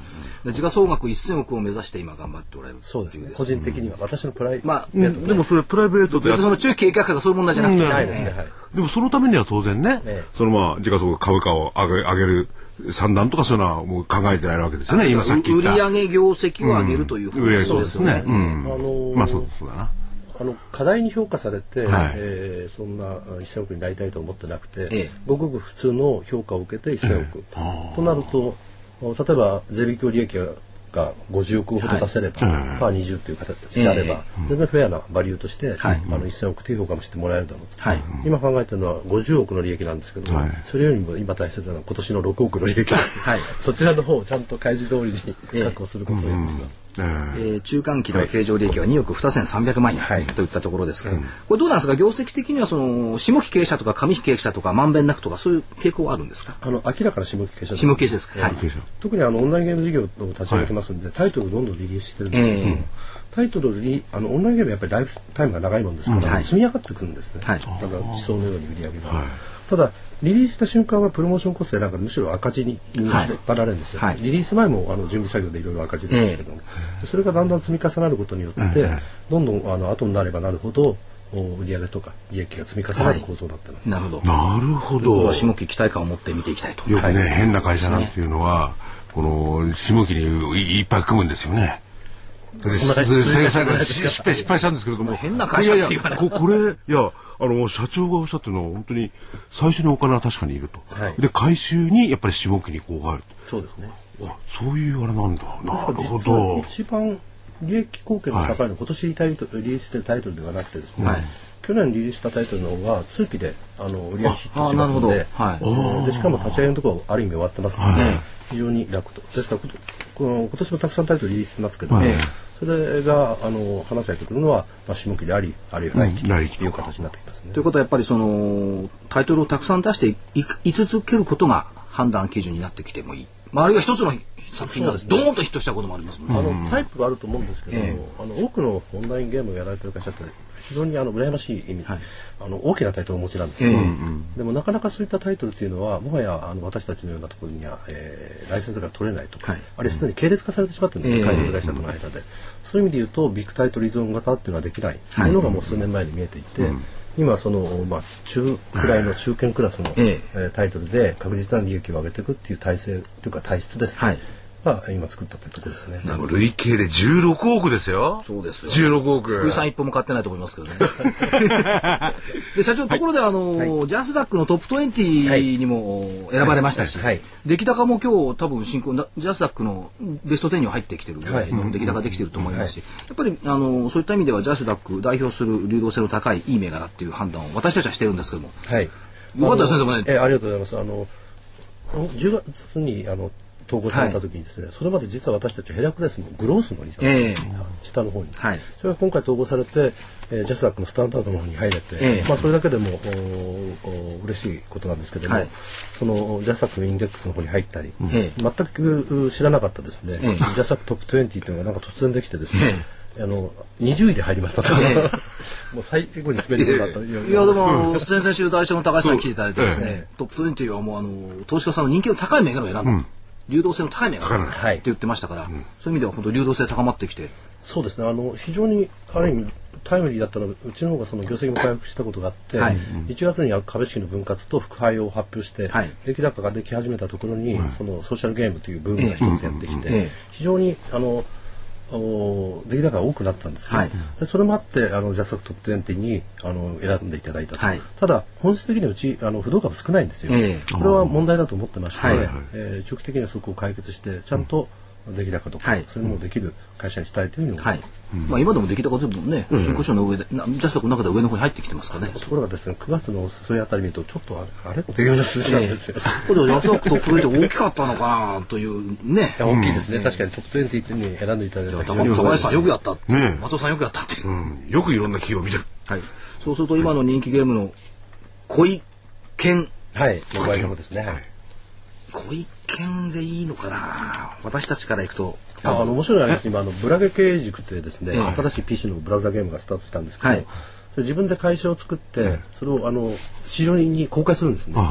A: 時価総額せんおくを目指して今頑張っておられる。
D: そうですね。個人的には私のプライベート、
C: まあ、でもそれプライベートで。
A: その中期経営計画がそういう問題じゃなくて。
D: ないですね。はい。
C: でもそのためには当然ね、ええ、そのまあ時価総額株価を上げ上げる算段とかそういうのはもう考えてないわけですよね。今さっき言った
A: 売上業績を上げるということですよね。
C: うん、あのー、まあそうそうだな。
D: あの課題に評価されて、はい、えー、そんなせんおくになりたいと思ってなくて、ええ、ごくごく普通の評価を受けてせんおく、ええ、となると例えば税引き利益がごじゅうおくほど出せれば、はい、パーにじゅうという形であれば、ええ、全然フェアなバリューとして、はい、あのせんおくという評価もしてもらえるだろうと、はい、今考えてるのはごじゅうおくの利益なんですけども、はい、それよりも今大切なのは今年のろくおくの利益、はい、そちらの方をちゃんと開示通りに確保することです、ええ、
A: えー、中間期の経常利益はにおくにせんさんびゃくまんえん、はい、といったところですけど、うん、これどうなんですか、業績的にはその下期経営者とか上期経営者とかまんべんなくとかそういう傾向はあるんですか。
D: あの明らかな下期経営者
A: 下期経営者ですか、えーはい、
D: 特にあのオンラインゲーム事業を立ち上げてますんで、はい、タイトルをどんどんリリースしてるんですけども、えー、タイトルにあのオンラインゲームはやっぱりライフタイムが長いもんですから、うんはい、積み上がってくるんですね、はい、だから地層のように売り上げが、はい、ただリリースした瞬間はプロモーションコストでなんかむしろ赤字に引っ張られるんですよ、はい、リリース前もあの準備作業でいろいろ赤字ですけども、えー、それがだんだん積み重なることによって、えー、どんどんあの後になればなるほど売上とか利益が積み重なる構造になってます、
A: はい、なるほど
C: なるほど。
A: 下期期待感を持って見ていきたいと。
C: よくね、はい、変な会社なんていうのは、ね、この下期にいっぱい組むんですよね。で失敗したんですけれども、
A: 変な会社って言わない。
C: これいやあの社長がおっしゃってるのは本当に最初にお金は確かにいると、はい、で回収にやっぱり下期にこう入る。
D: そうですね。
C: あ、そういうあれなんだ。なるほど。
D: 一番利益貢献の高いのは、はい、今年リリースしてるタイトルではなくてですね、はい、去年リリースしたタイトルの方が通期であの売り上げヒットしますので、はい、でしかも立ち上げのところはある意味終わってますので、はい、非常に楽と。ですからこの今年もたくさんタイトルリリースしてますけど、はい、それがあの話されてくるのは、まあ、下期でありあるいは来期という形になってきますね。
A: ということはやっぱりそのタイトルをたくさん出していい続けることが判断基準になってきてもいい、まあ、あるいは一つの作品がドーンとヒットしたこともありますもんね。
D: あのタイプがあると思うんですけど、えー、あの多くのオンラインゲームをやられてる会社って非常にあの羨ましい意味、はい、あの大きなタイトルをお持ちなんですけど、えー、でもなかなかそういったタイトルっていうのはもはやあの私たちのようなところには、えー、ライセンスが取れないとか、はい、あれすでに系列化されてしまってるんですよ、開発会社との間で、えー、そういう意味で言うとビッグタイトル依存型っていうのはできないというのがもう数年前に見えていて、はい、今その、まあ、中くらいの中堅クラスの、えー、タイトルで確実な利益を上げていくっていう体制というか体質ですね、はい、まあ、今作ったというところですね。
C: 累計でじゅうろくおくですよ。
A: そうですよ。
C: じゅうろくおく。
A: 福井さん一本も買ってないと思いますけどね。で社長、ところであの、はい、ジャスダックのトップにじゅうにも選ばれましたし、はいはい、出来高も今日多分進行ジャスダックのベストじゅうには入ってきてるぐらいの出来高できてると思いますし、はい、やっぱりあのそういった意味ではジャスダック代表する流動性の高いいい銘柄っていう判断を私たちはしてるんですけども、はい、よかったですね。でもね、
D: えありがとうございます。あのじゅうがつにあの統合された時にですね、はい、それまで実は私たちヘラクレスのグロースのリザート、えー、下の方に、はい、それが今回統合されて、えー、ジャスダックのスタンダードの方に入れて、えーまあ、それだけでも嬉しいことなんですけども、はい、そのジャスダックのインデックスの方に入ったり、えー、全く知らなかったですね、えー、ジャスダックトップにじゅうっていうのがなんか突然できてですね、えーあのにじゅういで入りましたと、えー、もう最後に滑り込んだという。
A: いやでも先々週代表の高橋さんに来ていただいてですね、えー、トップにじゅうはもうあの投資家さんの人気の高い銘柄を選んだ、うん、流動性の高い銘柄って言ってましたから、はい、そういう意味では本当流動性高まってきて、
D: そうですね、あの非常にある意味タイムリーだったのはうちの方がその業績も回復したことがあって、はい、いちがつには株式の分割と副配を発表して、はい、出来高ができ始めたところに、はい、そのソーシャルゲームというブームが一つやってきて、ええ、非常にあの出来高が多くなったんですね、はい、でそれもあってあのジャスダックトップにじゅうにあの選んでいただいたと、はい、ただ本質的にはうちあの不動株少ないんですよ、えー、これは問題だと思ってまして、はいえー、長期的にはそこを解決してちゃんと出来高とか、はい、そういうのもできる会社にしたいというふうに思います、
A: はいうんまあ、今でも出来高全部ね、うん、新古書の上でジャスダックの中で上の方に入ってきてますからね。
D: ところがですねくがつのそういうあたり見るとちょっとあれあれっていうような数字なんですよ、えー、
A: これジャスダックトップにじゅう大きかったのかなというね。
D: いや大きいですね、うん、確かにトップにじゅうに選んでいただいた
A: 高橋さんよくやった、ね、松尾さんよくやったっていう、
C: うん、よくいろんな企業を見てる、
A: はい、そうすると今の人気ゲームの恋犬
D: はいモバイルもですね、はい、
A: 恋犬でいいのかな。私たちからいくと
D: あの面白いのは今あのブラゲ経営塾ってですね、えー、新しい ピーシー のブラウザゲームがスタートしたんですけど、はい、それ自分で会社を作って、うん、それをあの市場に公開するんですね。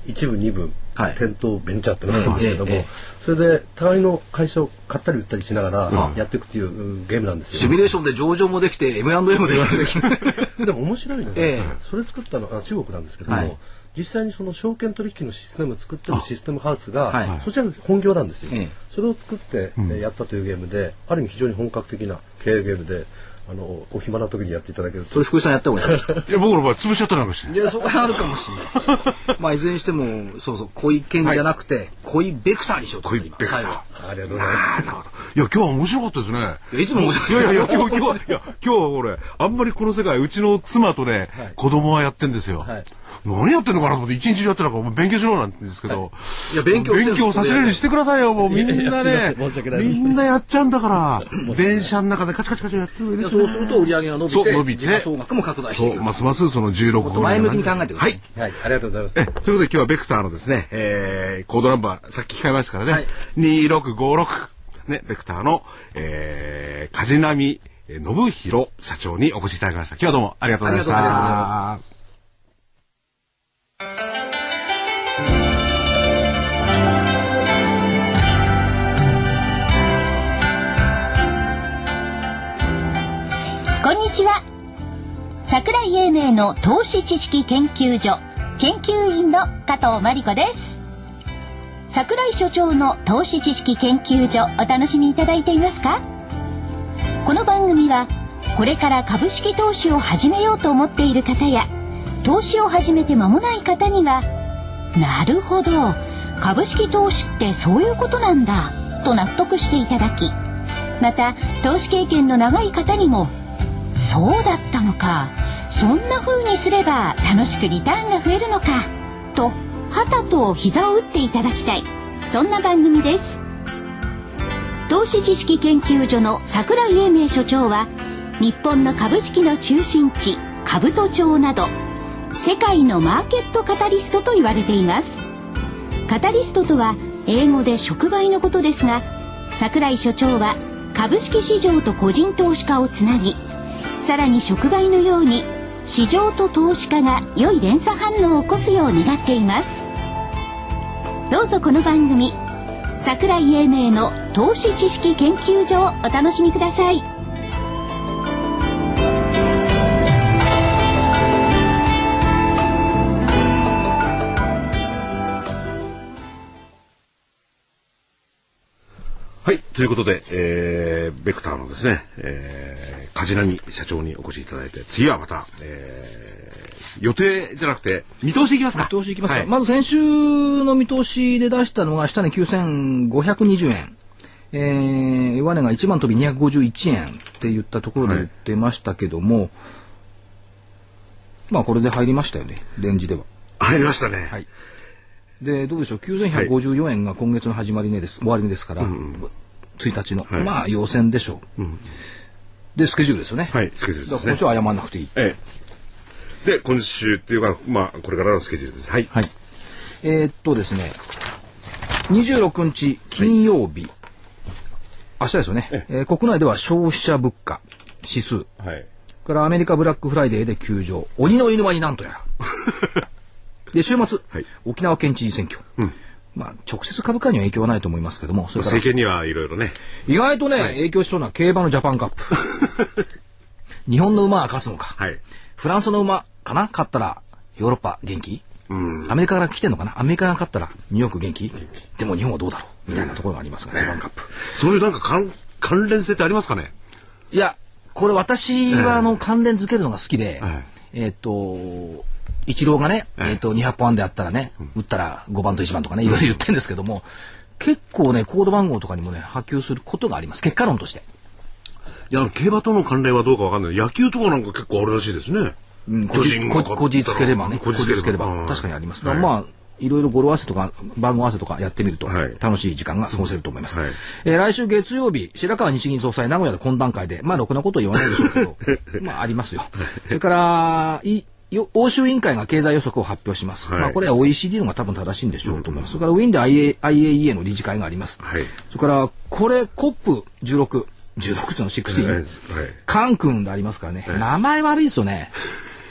D: 一部二部、はい、店頭ベンチャーってのがあるんですけども、えーえー、それで互いの会社を買ったり売ったりしながらやっていくっていうゲームなんですよ。
A: シミュレーションで上場もできて エムアンドエム ででき
D: でも面白いのが、えー、それ作ったのは中国なんですけども、はい、実際にその証券取引のシステムを作ってるシステムハウスが、はい、そちらが本業なんですよ、えー、それを作って、うん、やったというゲームで、ある意味非常に本格的な経営ゲームで、あのお暇な時にやっていただけると。
A: それ福井さんやった方がいいです
C: いや僕の場合潰しちゃったなんかして。
A: いやそこはあるかもしれないまあいずれにしてもそうそう恋犬じゃなくて、はい、恋ベクターにしようと。
C: 恋ベクター、
D: ありがとうございます。
C: いや今日は面白かったですね。
A: いやいつも面白い。
C: いやいやいや今日今日いや今日は俺あんまりこの世界うちの妻とね、はい、子供はやってんですよ、はい、何やってんのかなと思って一日中やってるから勉強しろなんですけど、はい、
A: いや勉強
C: 勉強させるようにしてくださいよ。もうみんなねみんなやっちゃうんだから電車の中でカチカチカチやってる。
A: そうすると売り上げが伸びて伸びて時価総額も拡大していく。
C: ますますそのじゅうろくご
A: 前向きに考えてください。
C: はい、
D: はい、ありがとうございます。
C: えということで今日はベクターのですね、えー、コードナンバーさっき聞かれましたからね、はい、にろくごろくねベクターの、えー、梶波信弘社長にお越しいただきました。今日はどうもありがとうございました。ありがとうございます。
B: こんにちは。桜井英明の投資知識研究所研究員の加藤真理子です。桜井所長の投資知識研究所お楽しみいただいていますか？この番組はこれから株式投資を始めようと思っている方や投資を始めて間もない方にはなるほど株式投資ってそういうことなんだと納得していただき、また投資経験の長い方にもそうだったのか、そんな風にすれば楽しくリターンが増えるのかとはたと膝を打っていただきたい、そんな番組です。投資知識研究所の桜井英明所長は日本の株式の中心地兜町など世界のマーケットカタリストと言われています。カタリストとは英語で触媒のことですが、桜井所長は株式市場と個人投資家をつなぎ、さらに触媒のように市場と投資家が良い連鎖反応を起こすよう願っています。どうぞこの番組桜井英明の投資知識研究所をお楽しみください。
C: はい、ということで、えー、ベクターのですね、えー、梶波社長にお越しいただいて、次はまた、えー、予定じゃなくて見通しいきますか。
A: 見通しいきますか、はい、まず先週の見通しで出したのが下値きゅうせんごひゃくにじゅうえん、えー、弱値がいちまん飛びにひゃくごじゅういちえんって言ったところで言ってましたけども、はい、まあこれで入りましたよね、レンジでは
C: 入りましたね。
A: はい。でどうでしょう、きゅうせんひゃくごじゅうよえんが今月の始まり値です、終わり値ですから、うん、ついたちの、はい、まあ陽線でしょう、うん、でスケジュールですよね。
C: はい、スケジュールですね。
A: だから今週は謝らなくていい、
C: ええ、で今週っていうかまあこれからのスケジュールです。はい、
A: はい、えー、っとですねにじゅうろくにち金曜日、はい、明日ですよね、ええー、国内では消費者物価指数、はい、からアメリカブラックフライデーで休場、鬼の犬間になんとやらで週末、はい、沖縄県知事選挙、うん、まあ直接株価には影響はないと思いますけども、それから
C: 政権にはいろいろね
A: 意外とね、はい、影響しそうな競馬のジャパンカップ日本の馬が勝つのか、はい、フランスの馬かな勝ったらヨーロッパ元気、うん、アメリカから来てんのかな、アメリカが勝ったらニューヨーク元気、でも日本はどうだろうみたいなところがありますが、うん、ジャパンカップ
C: そういうなんか関関連性ってありますかね。
A: いやこれ私はあの関連づけるのが好きで、はい、えー、っとイチローがね、えー、とにひゃっぽんあんであったらね、うん、打ったらごばんといちばんとかねいろいろ言ってるんですけども、結構ねコード番号とかにもね波及することがあります、結果論として。
C: いや競馬との関連はどうかわかんない、野球とかなんか結構あるらしいですね、
A: うん、こじこじつければね、こじつければ確かにあります、はい、まあいろいろ語呂合わせとか番号合わせとかやってみると楽しい時間が過ごせると思います、はい、えー、来週月曜日白川日銀総裁名古屋で懇談会で、まあろくなことは言わないでしょうけどまあありますよ。それからい欧州委員会が経済予測を発表します、はい、まあ、これは オーイーシーディー のが多分正しいんでしょうと思います、うん、それからウィーンで アイエーイーエー の理事会があります、はい、それからこれ コップじゅうろく じゅうろく のじゅうろく、はい、カンクンでありますからね、はい、名前悪いですよね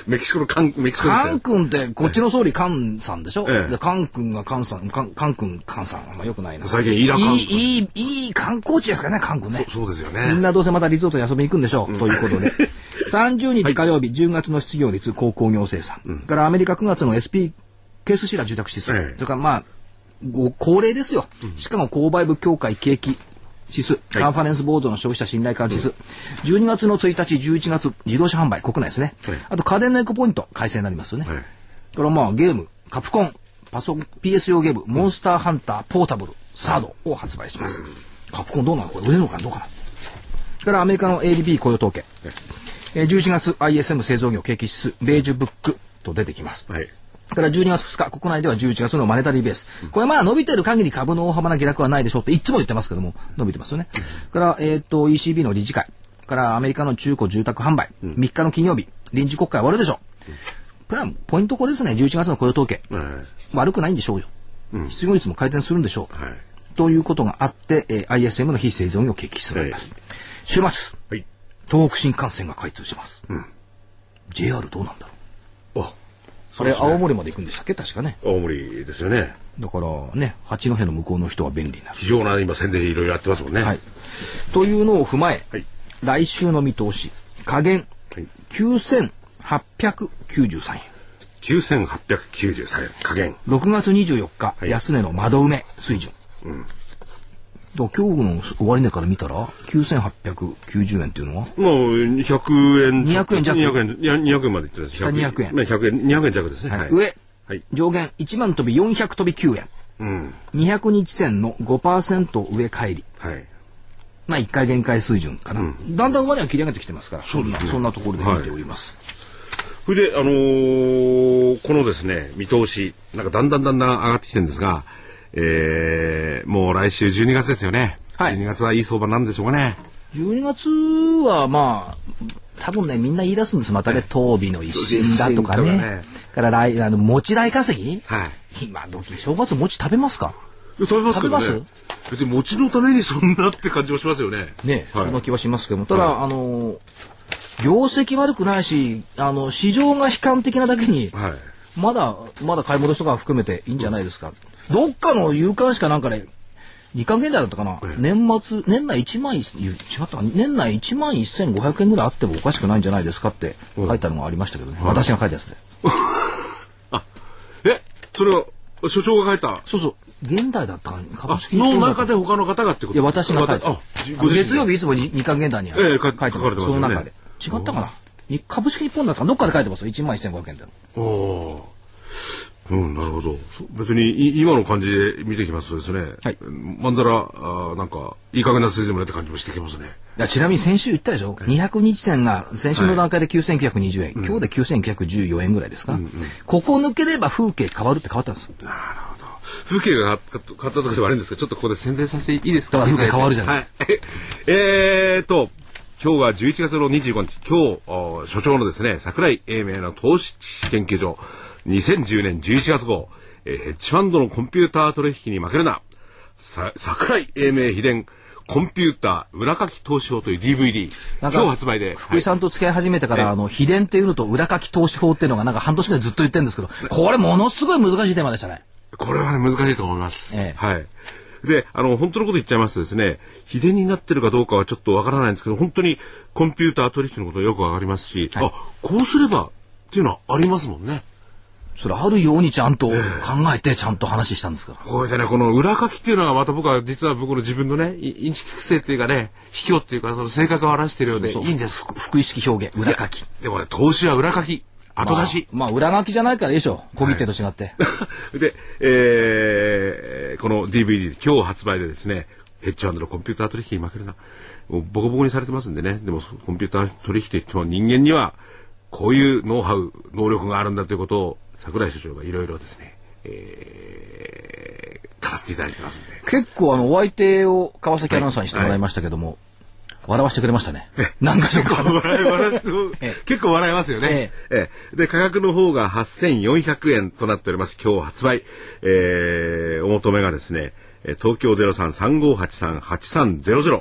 C: メキシコのカン、メキシコですよ。
A: カン君って、こっちの総理カンさんでしょ、ええ、でカン君がカンさん、カン、カン君、カンさん。まあよくないな。
C: 最近イラカン。
A: いい、いい、いい観光地ですからね、カン君ね。
C: そ、そうですよね。
A: みんなどうせまたリゾートに遊びに行くんでしょう。うん、ということで。さんじゅうにち火曜日、じゅうがつの失業率、鉱工業生産。うん、からアメリカくがつの エスピー ケースシラ住宅指数。ええ、それからまあ、ご高齢ですよ。うん、しかも購買部協会景気指数、カンファレンスボードの消費者信頼感指数、うん、じゅうにがつのついたち、じゅういちがつ自動車販売、国内ですね。はい、あと家電のエコポイント、改正になりますよね。はい、これまあゲーム、カプコン、パソコン、ピーエス 用ゲーム、モンスターハンター、ポータブル、サードを発売します。うん、カプコンどうなのこれ売れるのかどうかな。からアメリカの エーディーピー 雇用統計、えー、じゅういちがつ アイエスエム 製造業景気指数、ベージュブックと出てきます。はい、からじゅうにがつふつか、国内ではじゅういちがつのマネタリーベース。これまあ伸びてる限り株の大幅な下落はないでしょうっていつも言ってますけども、伸びてますよね。から、えっと、イーシービー の理事会。からアメリカの中古住宅販売。みっかの金曜日、臨時国会終わるでしょう。これはポイントこれですね、じゅういちがつの雇用統計。悪くないんでしょうよ。失業率も改善するんでしょう。ということがあって、えー、アイエスエム の非製造業景気指数になります。週末、はい、東北新幹線が開通します。うん、ジェイアール どうなんだろう。あ、それ、ね、青森まで行くんでしたっけ確かね。
C: 青森ですよね。
A: だからね、八戸の向こうの人は便利になる。
C: 非常な今宣伝いろいろやってますもんね。はい。
A: というのを踏まえ、はい、来週の見通し、下限、はい、きゅうせんはっぴゃくきゅうじゅうさんえん。
C: きゅうせんはっぴゃくきゅうじゅうさんえん、下限。
A: ろくがつにじゅうよっか、はい、安値の窓埋め水準。うん。今日の終値から見たらきゅうせんはっぴゃくきゅうじゅうえんっていうのは
C: もうひゃくえん
A: にひゃくえん弱
C: にひゃくえんいやにひゃくえんまでいってるんです。
A: 下にひゃくえん
C: まあひゃくえんにひゃくえん弱ですね。
A: はいはい、上、はい、上限いちまん飛びよんひゃく飛びきゅうえん、うん、にひゃくにち線の ごパーセント 上返り、はい、まあいっかい限界水準かな、うん、だんだん上値は切り上げてきてますからそんな、ね、そんなところで見ております。はい、
C: それであのー、このですね見通しなんかだんだんだんだん上がってきてるんですが、えー、もう来週じゅうにがつですよね。はい、じゅうにがつはいい相場なんでしょうかね。
A: じゅうにがつはまあ多分ねみんな言い出すんです。またね当日の一新だとかね。ねから来あの餅代稼ぎ。はい。今時正月餅食べますか。
C: 食べますけどね。食べます。別に餅のためにそんなって感じもしますよね。
A: ね、はい、そんな気はしますけどもただ、はい、あの業績悪くないしあの市場が悲観的なだけに、はい、まだまだ買い戻しとか含めていいんじゃないですか。うん、どっかの夕刊しかなんかね。にかげん台だったかな、ええ、年末年内いちまん違ったか年内いちまんせんごひゃくえんぐらいあってもおかしくないんじゃないですかって書いたのがありましたけどね、うん、私が書いたやつで
C: あえそれは所長が書いた
A: そうそう現代だったか
C: 株式の中で他の方がってこと
A: いや私が書いたあ月曜日いつもにかげん台には、ええ、書いてます、ね、その中で違ったかな株式日本だったかどっかで書いてますよいちまんせんごひゃくえんでおお
C: うん、なるほど。別に今の感じで見てきますとですね、はい、まんざらあなんかいい加減な水準もねって感じもしてきますね。
A: いやちなみに先週言ったでしょ、はい、にひゃくにち線が先週の段階できゅうせんきゅうひゃくにじゅうえん、はい、今日できゅうせんきゅうひゃくじゅうよえんぐらいですか、うんうん、ここ抜ければ風景変わるって変わったんですよ。
C: なるほど。風景が変わったとか悪いんですけどちょっとここで宣伝させていいですか。
A: だから風景変わるじゃない、はい、
C: えーと今日はじゅういちがつのにじゅうごにち今日所長のですね櫻井英明の投資研究所にせんじゅうねんじゅういちがつ号、えー、ヘッジファンドのコンピューター取引に負けるな櫻井英明秘伝コンピューター裏書き投資法という ディーブイディー 今日発売で
A: 福井さんと付き合い始めてから、はい、あの秘伝っていうのと裏書き投資法っていうのがなんか半年ぐらいずっと言ってるんですけどこれものすごい難しいテーマでしたね。
C: これはね難しいと思います、ええ、はい。であの本当のこと言っちゃいますとですね秘伝になってるかどうかはちょっとわからないんですけど本当にコンピューター取引のことよくわかりますし、はい、あこうすればっていうのはありますもんね。
A: それあるようにちゃんと考えてちゃんと話したんですから、
C: えー、これでねこの裏書きっていうのはまた僕は実は僕の自分のねインチキ癖っていうかね卑怯っていうかその性格を表しているようでいいんです。
A: 副意識表現裏書き
C: でもね投資は裏書き後出し、
A: まあ、まあ裏書きじゃないからいいでしょ小切手と違って、
C: はい、で、えー、この ディーブイディー 今日発売でですねヘッジファンドのコンピューター取引に負けるなもうボコボコにされてますんでねでもコンピューター取引といっても人間にはこういうノウハウ能力があるんだということを櫻井所長がいろいろですね、えー、語っていただいてますんで
A: 結構あのお相手を川崎アナウンサーにしてもらいましたけども、はいはい笑わしてくれましたね。何か所か
C: 笑い笑い結構笑いますよね。ええ、で価格の方がはっせんよんひゃくえんとなっております。今日発売、えー、お求めがですね東京 ゼロさん さんごはちさん はちさんゼロゼロ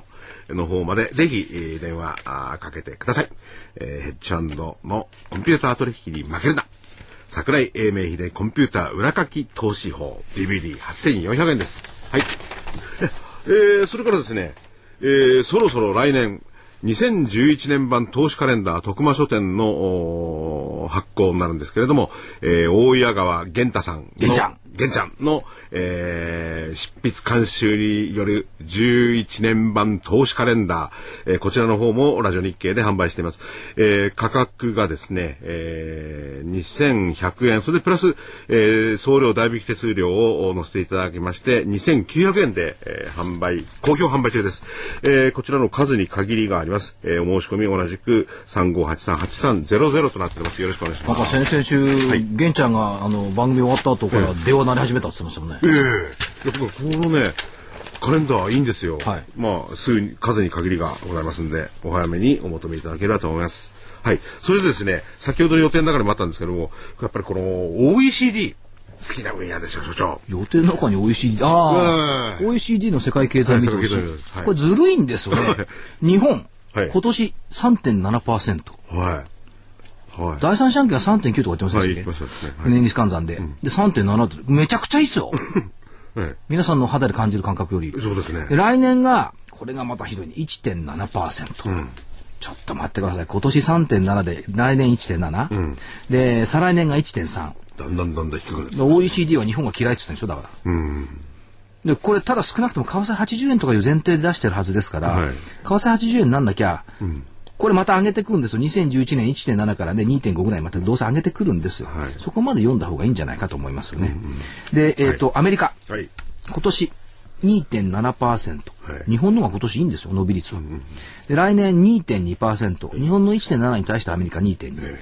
C: の方までぜひ、えー、電話かけてください。えー、ヘッジハンドのコンピューター取引に負けるな。桜井英明秀コンピューター裏書き投資法 ディーブイディーはっせんよんひゃくえんです。はい。えー、それからですね、えー、そろそろ来年にせんじゅういちねん版投資カレンダー徳間書店の発行になるんですけれども、えー、大谷川源太さんの
A: 源ちゃん
C: 源ちゃんの、えー、執筆監修によるじゅういちねん版投資カレンダー、えー、こちらの方もラジオ日経で販売しています。えー、価格がですね、えー、にせんひゃくえん、それでプラス、えー、送料代引き手数料を載せていただきましてにせんきゅうひゃくえんで、えー、販売好評販売中です。えー、こちらの数に限りがあります。えー、お申し込み同じく さんごはちさんはちさんゼロゼロ となっています。よろしくお願いします。
A: なんか先々週、はい、源ちゃんがあの番組終わった後から電話鳴り始めたって言ってましたもんね。
C: ええー、このねカレンダーいいんですよ。はい、まあ数に数に限りがございますんでお早めにお求めいただければと思います。はい。それでですね、先ほどの予定の中でもあったんですけども、やっぱりこの オーイーシーディー 好きな分野ですよ所長。
A: 予定の中に オーイーシーディー ああ、えー、オーイーシーディー の世界経済見通し、はい、これずるいんですよね。日本、はい、今年 さんてんななパーセント。はい。はい、第三四半期は さんてんきゅう とか言ってませんでしたっけ、はいはい、年率換算で、うん、で さんてんなな ってめちゃくちゃいいっすよ。はい、皆さんの肌で感じる感覚より。
C: そうですね。
A: で来年がこれがまたひどい いちてんななパーセント、うん、ちょっと待ってください。今年 さんてんなな で来年 いちてんなな、うん、で再来年が いちてんさん。
C: だんだんだんだん低くなって
A: オーイーシーディー は日本が嫌いって言ってんでしょだから、うん、でこれただ少なくとも為替はちじゅうえんとかいう前提で出してるはずですから、はい、為替はちじゅうえんなんなきゃ、うん、これまた上げてくるんですよ。にせんじゅういちねん いってんなな からね にてんご ぐらいまたどうせ上げてくるんですよ、はい、そこまで読んだ方がいいんじゃないかと思いますよね、うんうん、で、えーとはい、アメリカ、はい、今年 にてんななパーセント、はい、日本のが今年いいんですよ伸び率は、うんうん、で来年 にてんにパーセント、 日本の いってんなな に対してアメリカ にてんに、はい、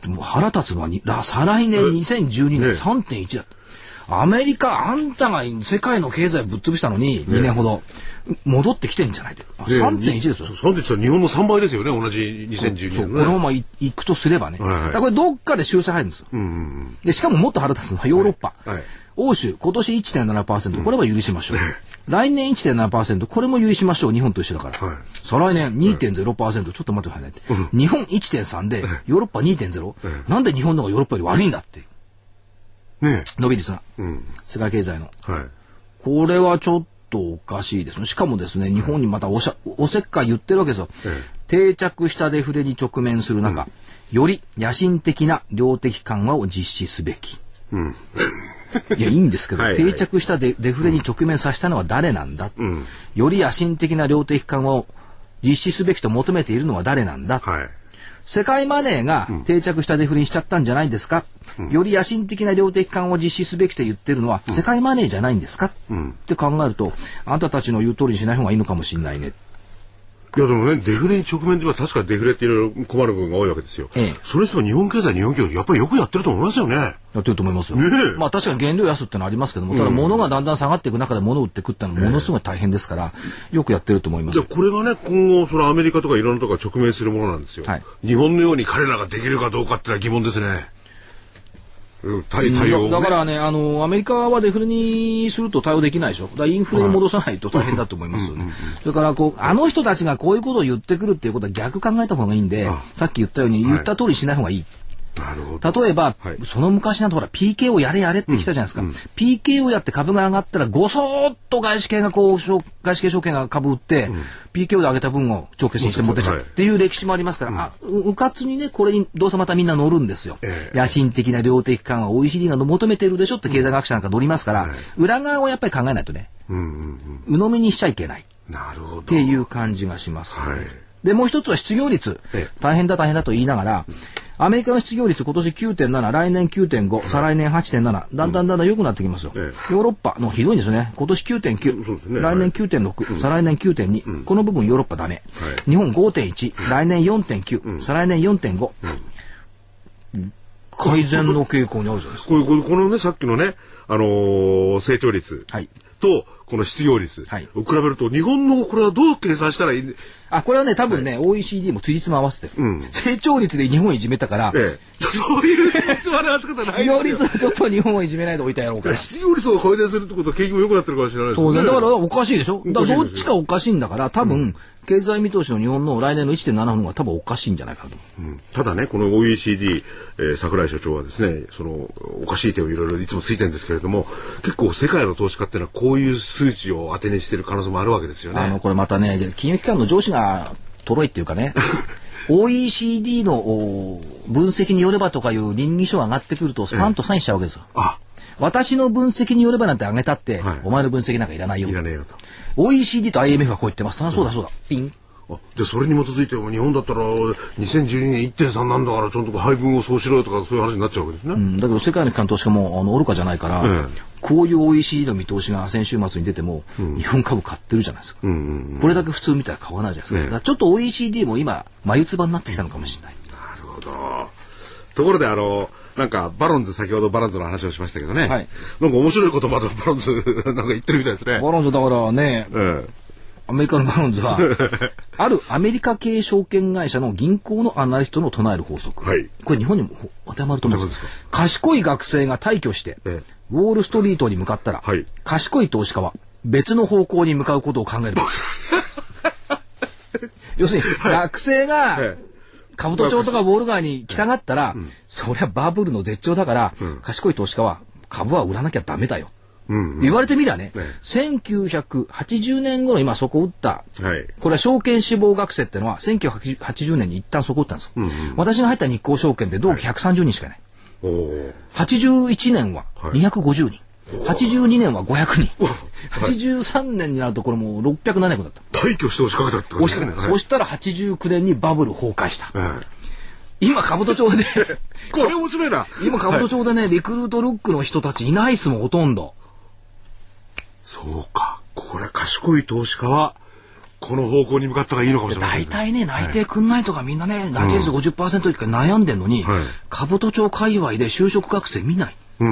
A: もう腹立つのはに再来年にせんじゅうにねん さんてんいち だ。アメリカあんたが世界の経済ぶっ潰したのににねんほど、ね、戻ってきてんじゃないで、ね、さんてんいち ですよ。
C: さんてんいち は日本のさんばいですよね同じにせんじゅうにねん、ね、
A: このままいくとすればね、はいはい、だこれどっかで修正入るんですよ、うんうんうん、でしかももっと腹立つのはヨーロッパ、はいはい、欧州今年 いってんななパーセント、 これは許しましょう、うん、来年 いってんななパーセント これも許しましょう日本と一緒だから、はい、再来年 にてんゼロパーセント、 ちょっと待ってくださいね、うん、日本 いってんさん でヨーロッパ にてんゼロ、うん、なんで日本の方がヨーロッパより悪いんだってね、伸び率が、うん、世界経済の、はい、これはちょっとおかしいですね。しかもですね日本にまたおしゃおせっかい言ってるわけですよ、うん、定着したデフレに直面する中、うん、より野心的な量的緩和を実施すべき、うん、いやいいんですけどはい、はい、定着した デ, デフレに直面させたのは誰なんだ、うん、より野心的な量的緩和を実施すべきと求めているのは誰なんだ、はい、世界マネーが定着したデフレにしちゃったんじゃないですか、うん、より野心的な量的緩和を実施すべきと言ってるのは世界マネーじゃないんですか、うん、って考えるとあんたたちの言う通りにしない方がいいのかもしれないね。
C: いやでもねデフレに直面では確かデフレっていろいろ困る部分が多いわけですよ、ええ、それにしても日本経済日本企業やっぱりよくやってると思いますよね。や
A: ってると思いますよ、ね、まあ確かに原料安ってのはありますけども、ただ物がだんだん下がっていく中で物を売っていくってのはものすごい大変ですから、え、よくやってると思います。
C: でこれがね今後そのアメリカとかいろんなところが直面するものなんですよ、はい、日本のように彼らができるかどうかってのは疑問ですね。対対応ね、
A: だ, だからねあのアメリカはデフレにすると対応できないでしょ。だからインフレに戻さないと大変だと思いますよね、うんうんうん、それからこうあの人たちがこういうことを言ってくるっていうことは逆考えた方がいいんで、さっき言ったように言った通りしない方がいい、なるほど。例えば、はい、その昔なんてほら ピーケー をやれやれってきたじゃないですか、うんうん、ピーケー をやって株が上がったらごそーっと外資系がこう外資系証券が株売って、うん、ピーケー で上げた分を帳消しにして持ってっちゃうっていう歴史もありますから、はい、あうかつにねこれにどうせまたみんな乗るんですよ、えー、野心的な量的緩和 オーイーシーディー が求めてるでしょって経済学者なんか乗りますから、うん、裏側をやっぱり考えないとね、うんうんうん、鵜呑みにしちゃいけない
C: なるほど
A: っていう感じがします、ね、はい、でもう一つは失業率、えー、大変だ大変だと言いながら、うん、アメリカの失業率今年 きゅうてんなな、来年 きゅうてんご、再来年 はちてんなな、だんだんだんだん良くなってきますよ、ええ、ヨーロッパのひどいんですよね。今年 きゅうてんきゅう、ね、来年 きゅうてんろく、はい、再来年 きゅうてんに、うん、この部分ヨーロッパダメ、はい、日本 ごてんいち、来年 よんてんきゅう、うん、再来年 よんてんご、うん、改善の傾向にあるじゃないですか。
C: これこれこのねさっきのね、あのー、成長率、はい、とこの失業率、はい、を比べると日本のこれはどう計算したらいい
A: あ、これはね、多分ね、オーイーシーディー もつじつま合わせてる。うん、成長率で日本をいじめたから、え
C: え、そういうつまではつけたらないですよ。
A: 失業率はちょっと日本をいじめないでおいたやろうから。
C: 失業率を改善するってことは景気も良くなってるかもしれないですね。
A: 当然。だからおかしいでしょ。だからどっちかおかしいんだから、多分、うん、経済見通しの日本の来年の いってんなな のが多分おかしいんじゃないかと、
C: うん、ただね、この オーイーシーディー、えー、櫻井所長はですね、そのおかしい点をいろいろいつもついてるんですけれども、結構世界の投資家っていうのはこういう数値を当てにしている可能性もあるわけですよね。
A: あのこれまたね、金融機関の上司がとろいっていうかねオーイーシーディー の分析によればとかいう倫理書が上がってくるとスパンとサインしちゃうわけですよ、ええ、あ、私の分析によればなんて上げたって、はい、お前の分析なんかいらないよ。
C: いらねえよと。
A: オーイーシーディー と アイエムエフ はこう言ってます。あ、そうだそうだ。ピン。
C: あ、じゃあそれに基づいて日本だったらにせんじゅうにねん いってんさん なんだからちょっと配分をそうしろよとかそういう話になっちゃうわけですね。
A: うん、だけど世界の機関投資家もあの愚かじゃないから、ええ、こういう オーイーシーディー の見通しが先週末に出ても、うん、日本株買ってるじゃないですか、うんうんうん。これだけ普通見たら買わないじゃないですか。ええ、だからちょっと オーイーシーディー も今眉唾になってきたのかもしれない。
C: なるほど。ところであのなんかバロンズ、先ほどバロンズの話をしましたけどね、はい、なんか面白いことまだバロンズなんか言ってるみたいですね。
A: バロンズだからね、ええ、アメリカのバロンズはあるアメリカ系証券会社の銀行のアナリストの唱える法則、はい、これ日本にも当てはまると思うんです。賢い学生が退去して、ええ、ウォールストリートに向かったら、はい、賢い投資家は別の方向に向かうことを考える要するに、はい、学生が、ええ、兜町とかウォール街に来たがったら、うん、そりゃバブルの絶頂だから、うん、賢い投資家は株は売らなきゃダメだよ、うんうん、言われてみりゃね、ね、せんきゅうひゃくはちじゅうねん頃今そこ打った、はい、これは証券志望学生ってのはせんきゅうひゃくはちじゅうねんに一旦そこ打ったんですよ、うんうん、私が入った日興証券で同期ひゃくさんじゅうにんしかいない、はい、はちじゅういちねんはにひゃくごじゅうにん、はい、はちじゅうにねんはごひゃくにん、はい、はちじゅうさんねんになるとこれもうろっぴゃくななじゅうだった。
C: 退去して押しかけたってことですね。
A: 押しかけた、はい、そしたらはちじゅうきゅうねんにバブル崩壊した、はい、今兜町で
C: これ面白いな。
A: 今兜町でね、はい、リクルートルックの人たちいないっすもんほとんど。
C: そうか、これ賢い投資家はこの方向に向かった方がいいのかもしれない、
A: ね。大体ね、内定くんないとか、はい、みんなね、内定率 ごじゅっパーセント 以下悩んでんのに、はい、兜町界隈で就職学生見ない。うん、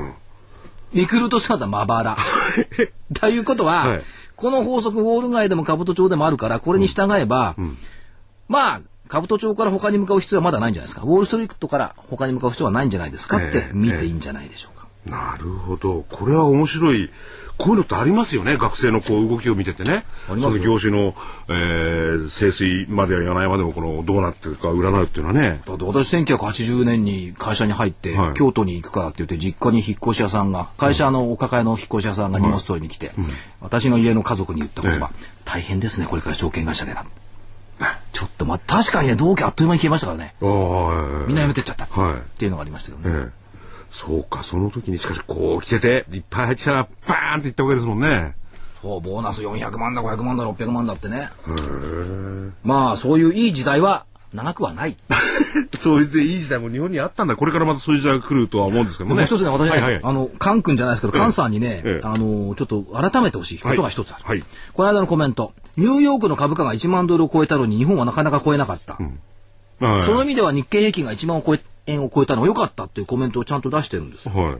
A: リクルート姿まばら。ということは、はい、この法則ウォール街でも兜町でもあるから、これに従えば、うんうん、まあ兜町から他に向かう必要はまだないんじゃないですか。ウォールストリートから他に向かう必要はないんじゃないですかって見ていいんじゃないでしょうか。
C: えーえー、なるほど、これは面白い。こういうのってありますよね。学生のこう動きを見ててね。その業種の、えー、清水までや柳までもこのどうなってるか占うっていうのはね。
A: だって私せんきゅうひゃくはちじゅうねんに会社に入って、はい、京都に行くからって言って実家に引っ越し屋さんが会社のお抱えの引っ越し屋さんが荷物取りに来て、はい、うん、私の家の家族に言った言葉、ええ、大変ですねこれから証券会社でな。ちょっとま確かにね同期あっという間に消えましたからね。みんな辞めてっちゃった、はい、っていうのがありましたけどね。ええ、
C: そうか、その時にしかしこう来てていっぱい入ってきたらバーンっていったわけですもんね。
A: そう、ボーナスよんひゃくまんだごひゃくまんだろっぴゃくまんだってね。へまあそういういい時代は長くはない。
C: そういういい時代も日本にあったんだ。これからまたそういう時代が来るとは思うんですけどもね。
A: もう一つね、私ね、はいはい、あのカン君じゃないですけど、カンさんにね、ええ、あのちょっと改めてほしいことが一つある、はいはい、この間のコメント、ニューヨークの株価がいちまんドルを超えたのに日本はなかなか超えなかった、うん、はい、その意味では日経平均がいちまんを超え円を超えたのが良かったっていうコメントをちゃんと出してるんです、はい、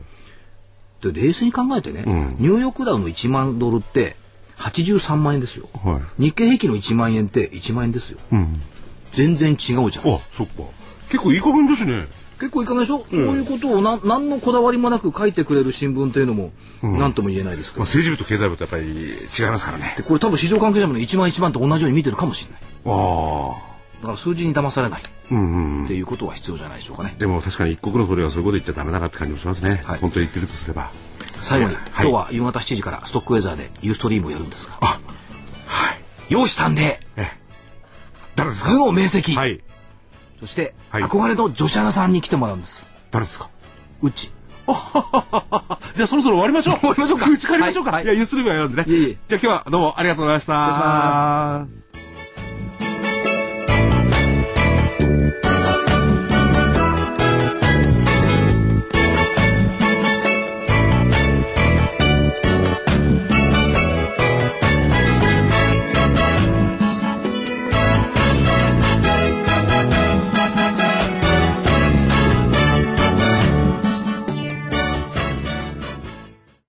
A: で冷静に考えてね、うん、ニューヨークダウのいちまんドルってはちじゅうさんまんえんですよ、はい、日経平均のいちまんえんっていちまんえんですよ、うん、全然違うじゃん。あ、
C: そっか、結構いい加減ですね。
A: 結構いい加減でしょ、うん、そういうことをな何のこだわりもなく書いてくれる新聞というのも何とも言えないですけど、
C: うん、まあ、政治部と経済部ってやっぱり違いますからね。
A: でこれ多分市場関係者もいちまんいちまんと同じように見てるかもしれない。ああ、だから数字に騙されない、うんうんうん、っていうことは必要じゃないでしょうかね。
C: でも確かに一国のそれはそういうこと言っちゃダメだなって感じもしますね、はい、本当に言ってるとすれば。
A: 最後に、はい、今日は夕方しちじからストックウェザーでユーストリームをやるんですが、あ、はい、容姿端麗、え誰ですか。頭脳明晰、はい、そして、はい、憧れの女子アナさんに来てもらうんです。
C: 誰ですか。
A: うち。
C: じゃあそろそろ終わりましょう。
A: 終わりましょうか。
C: うち帰りましょうか。はい、いやユーストリームがやるんでね。いえいえ。じゃあ今日はどうもありがとうございました。
A: 失礼します。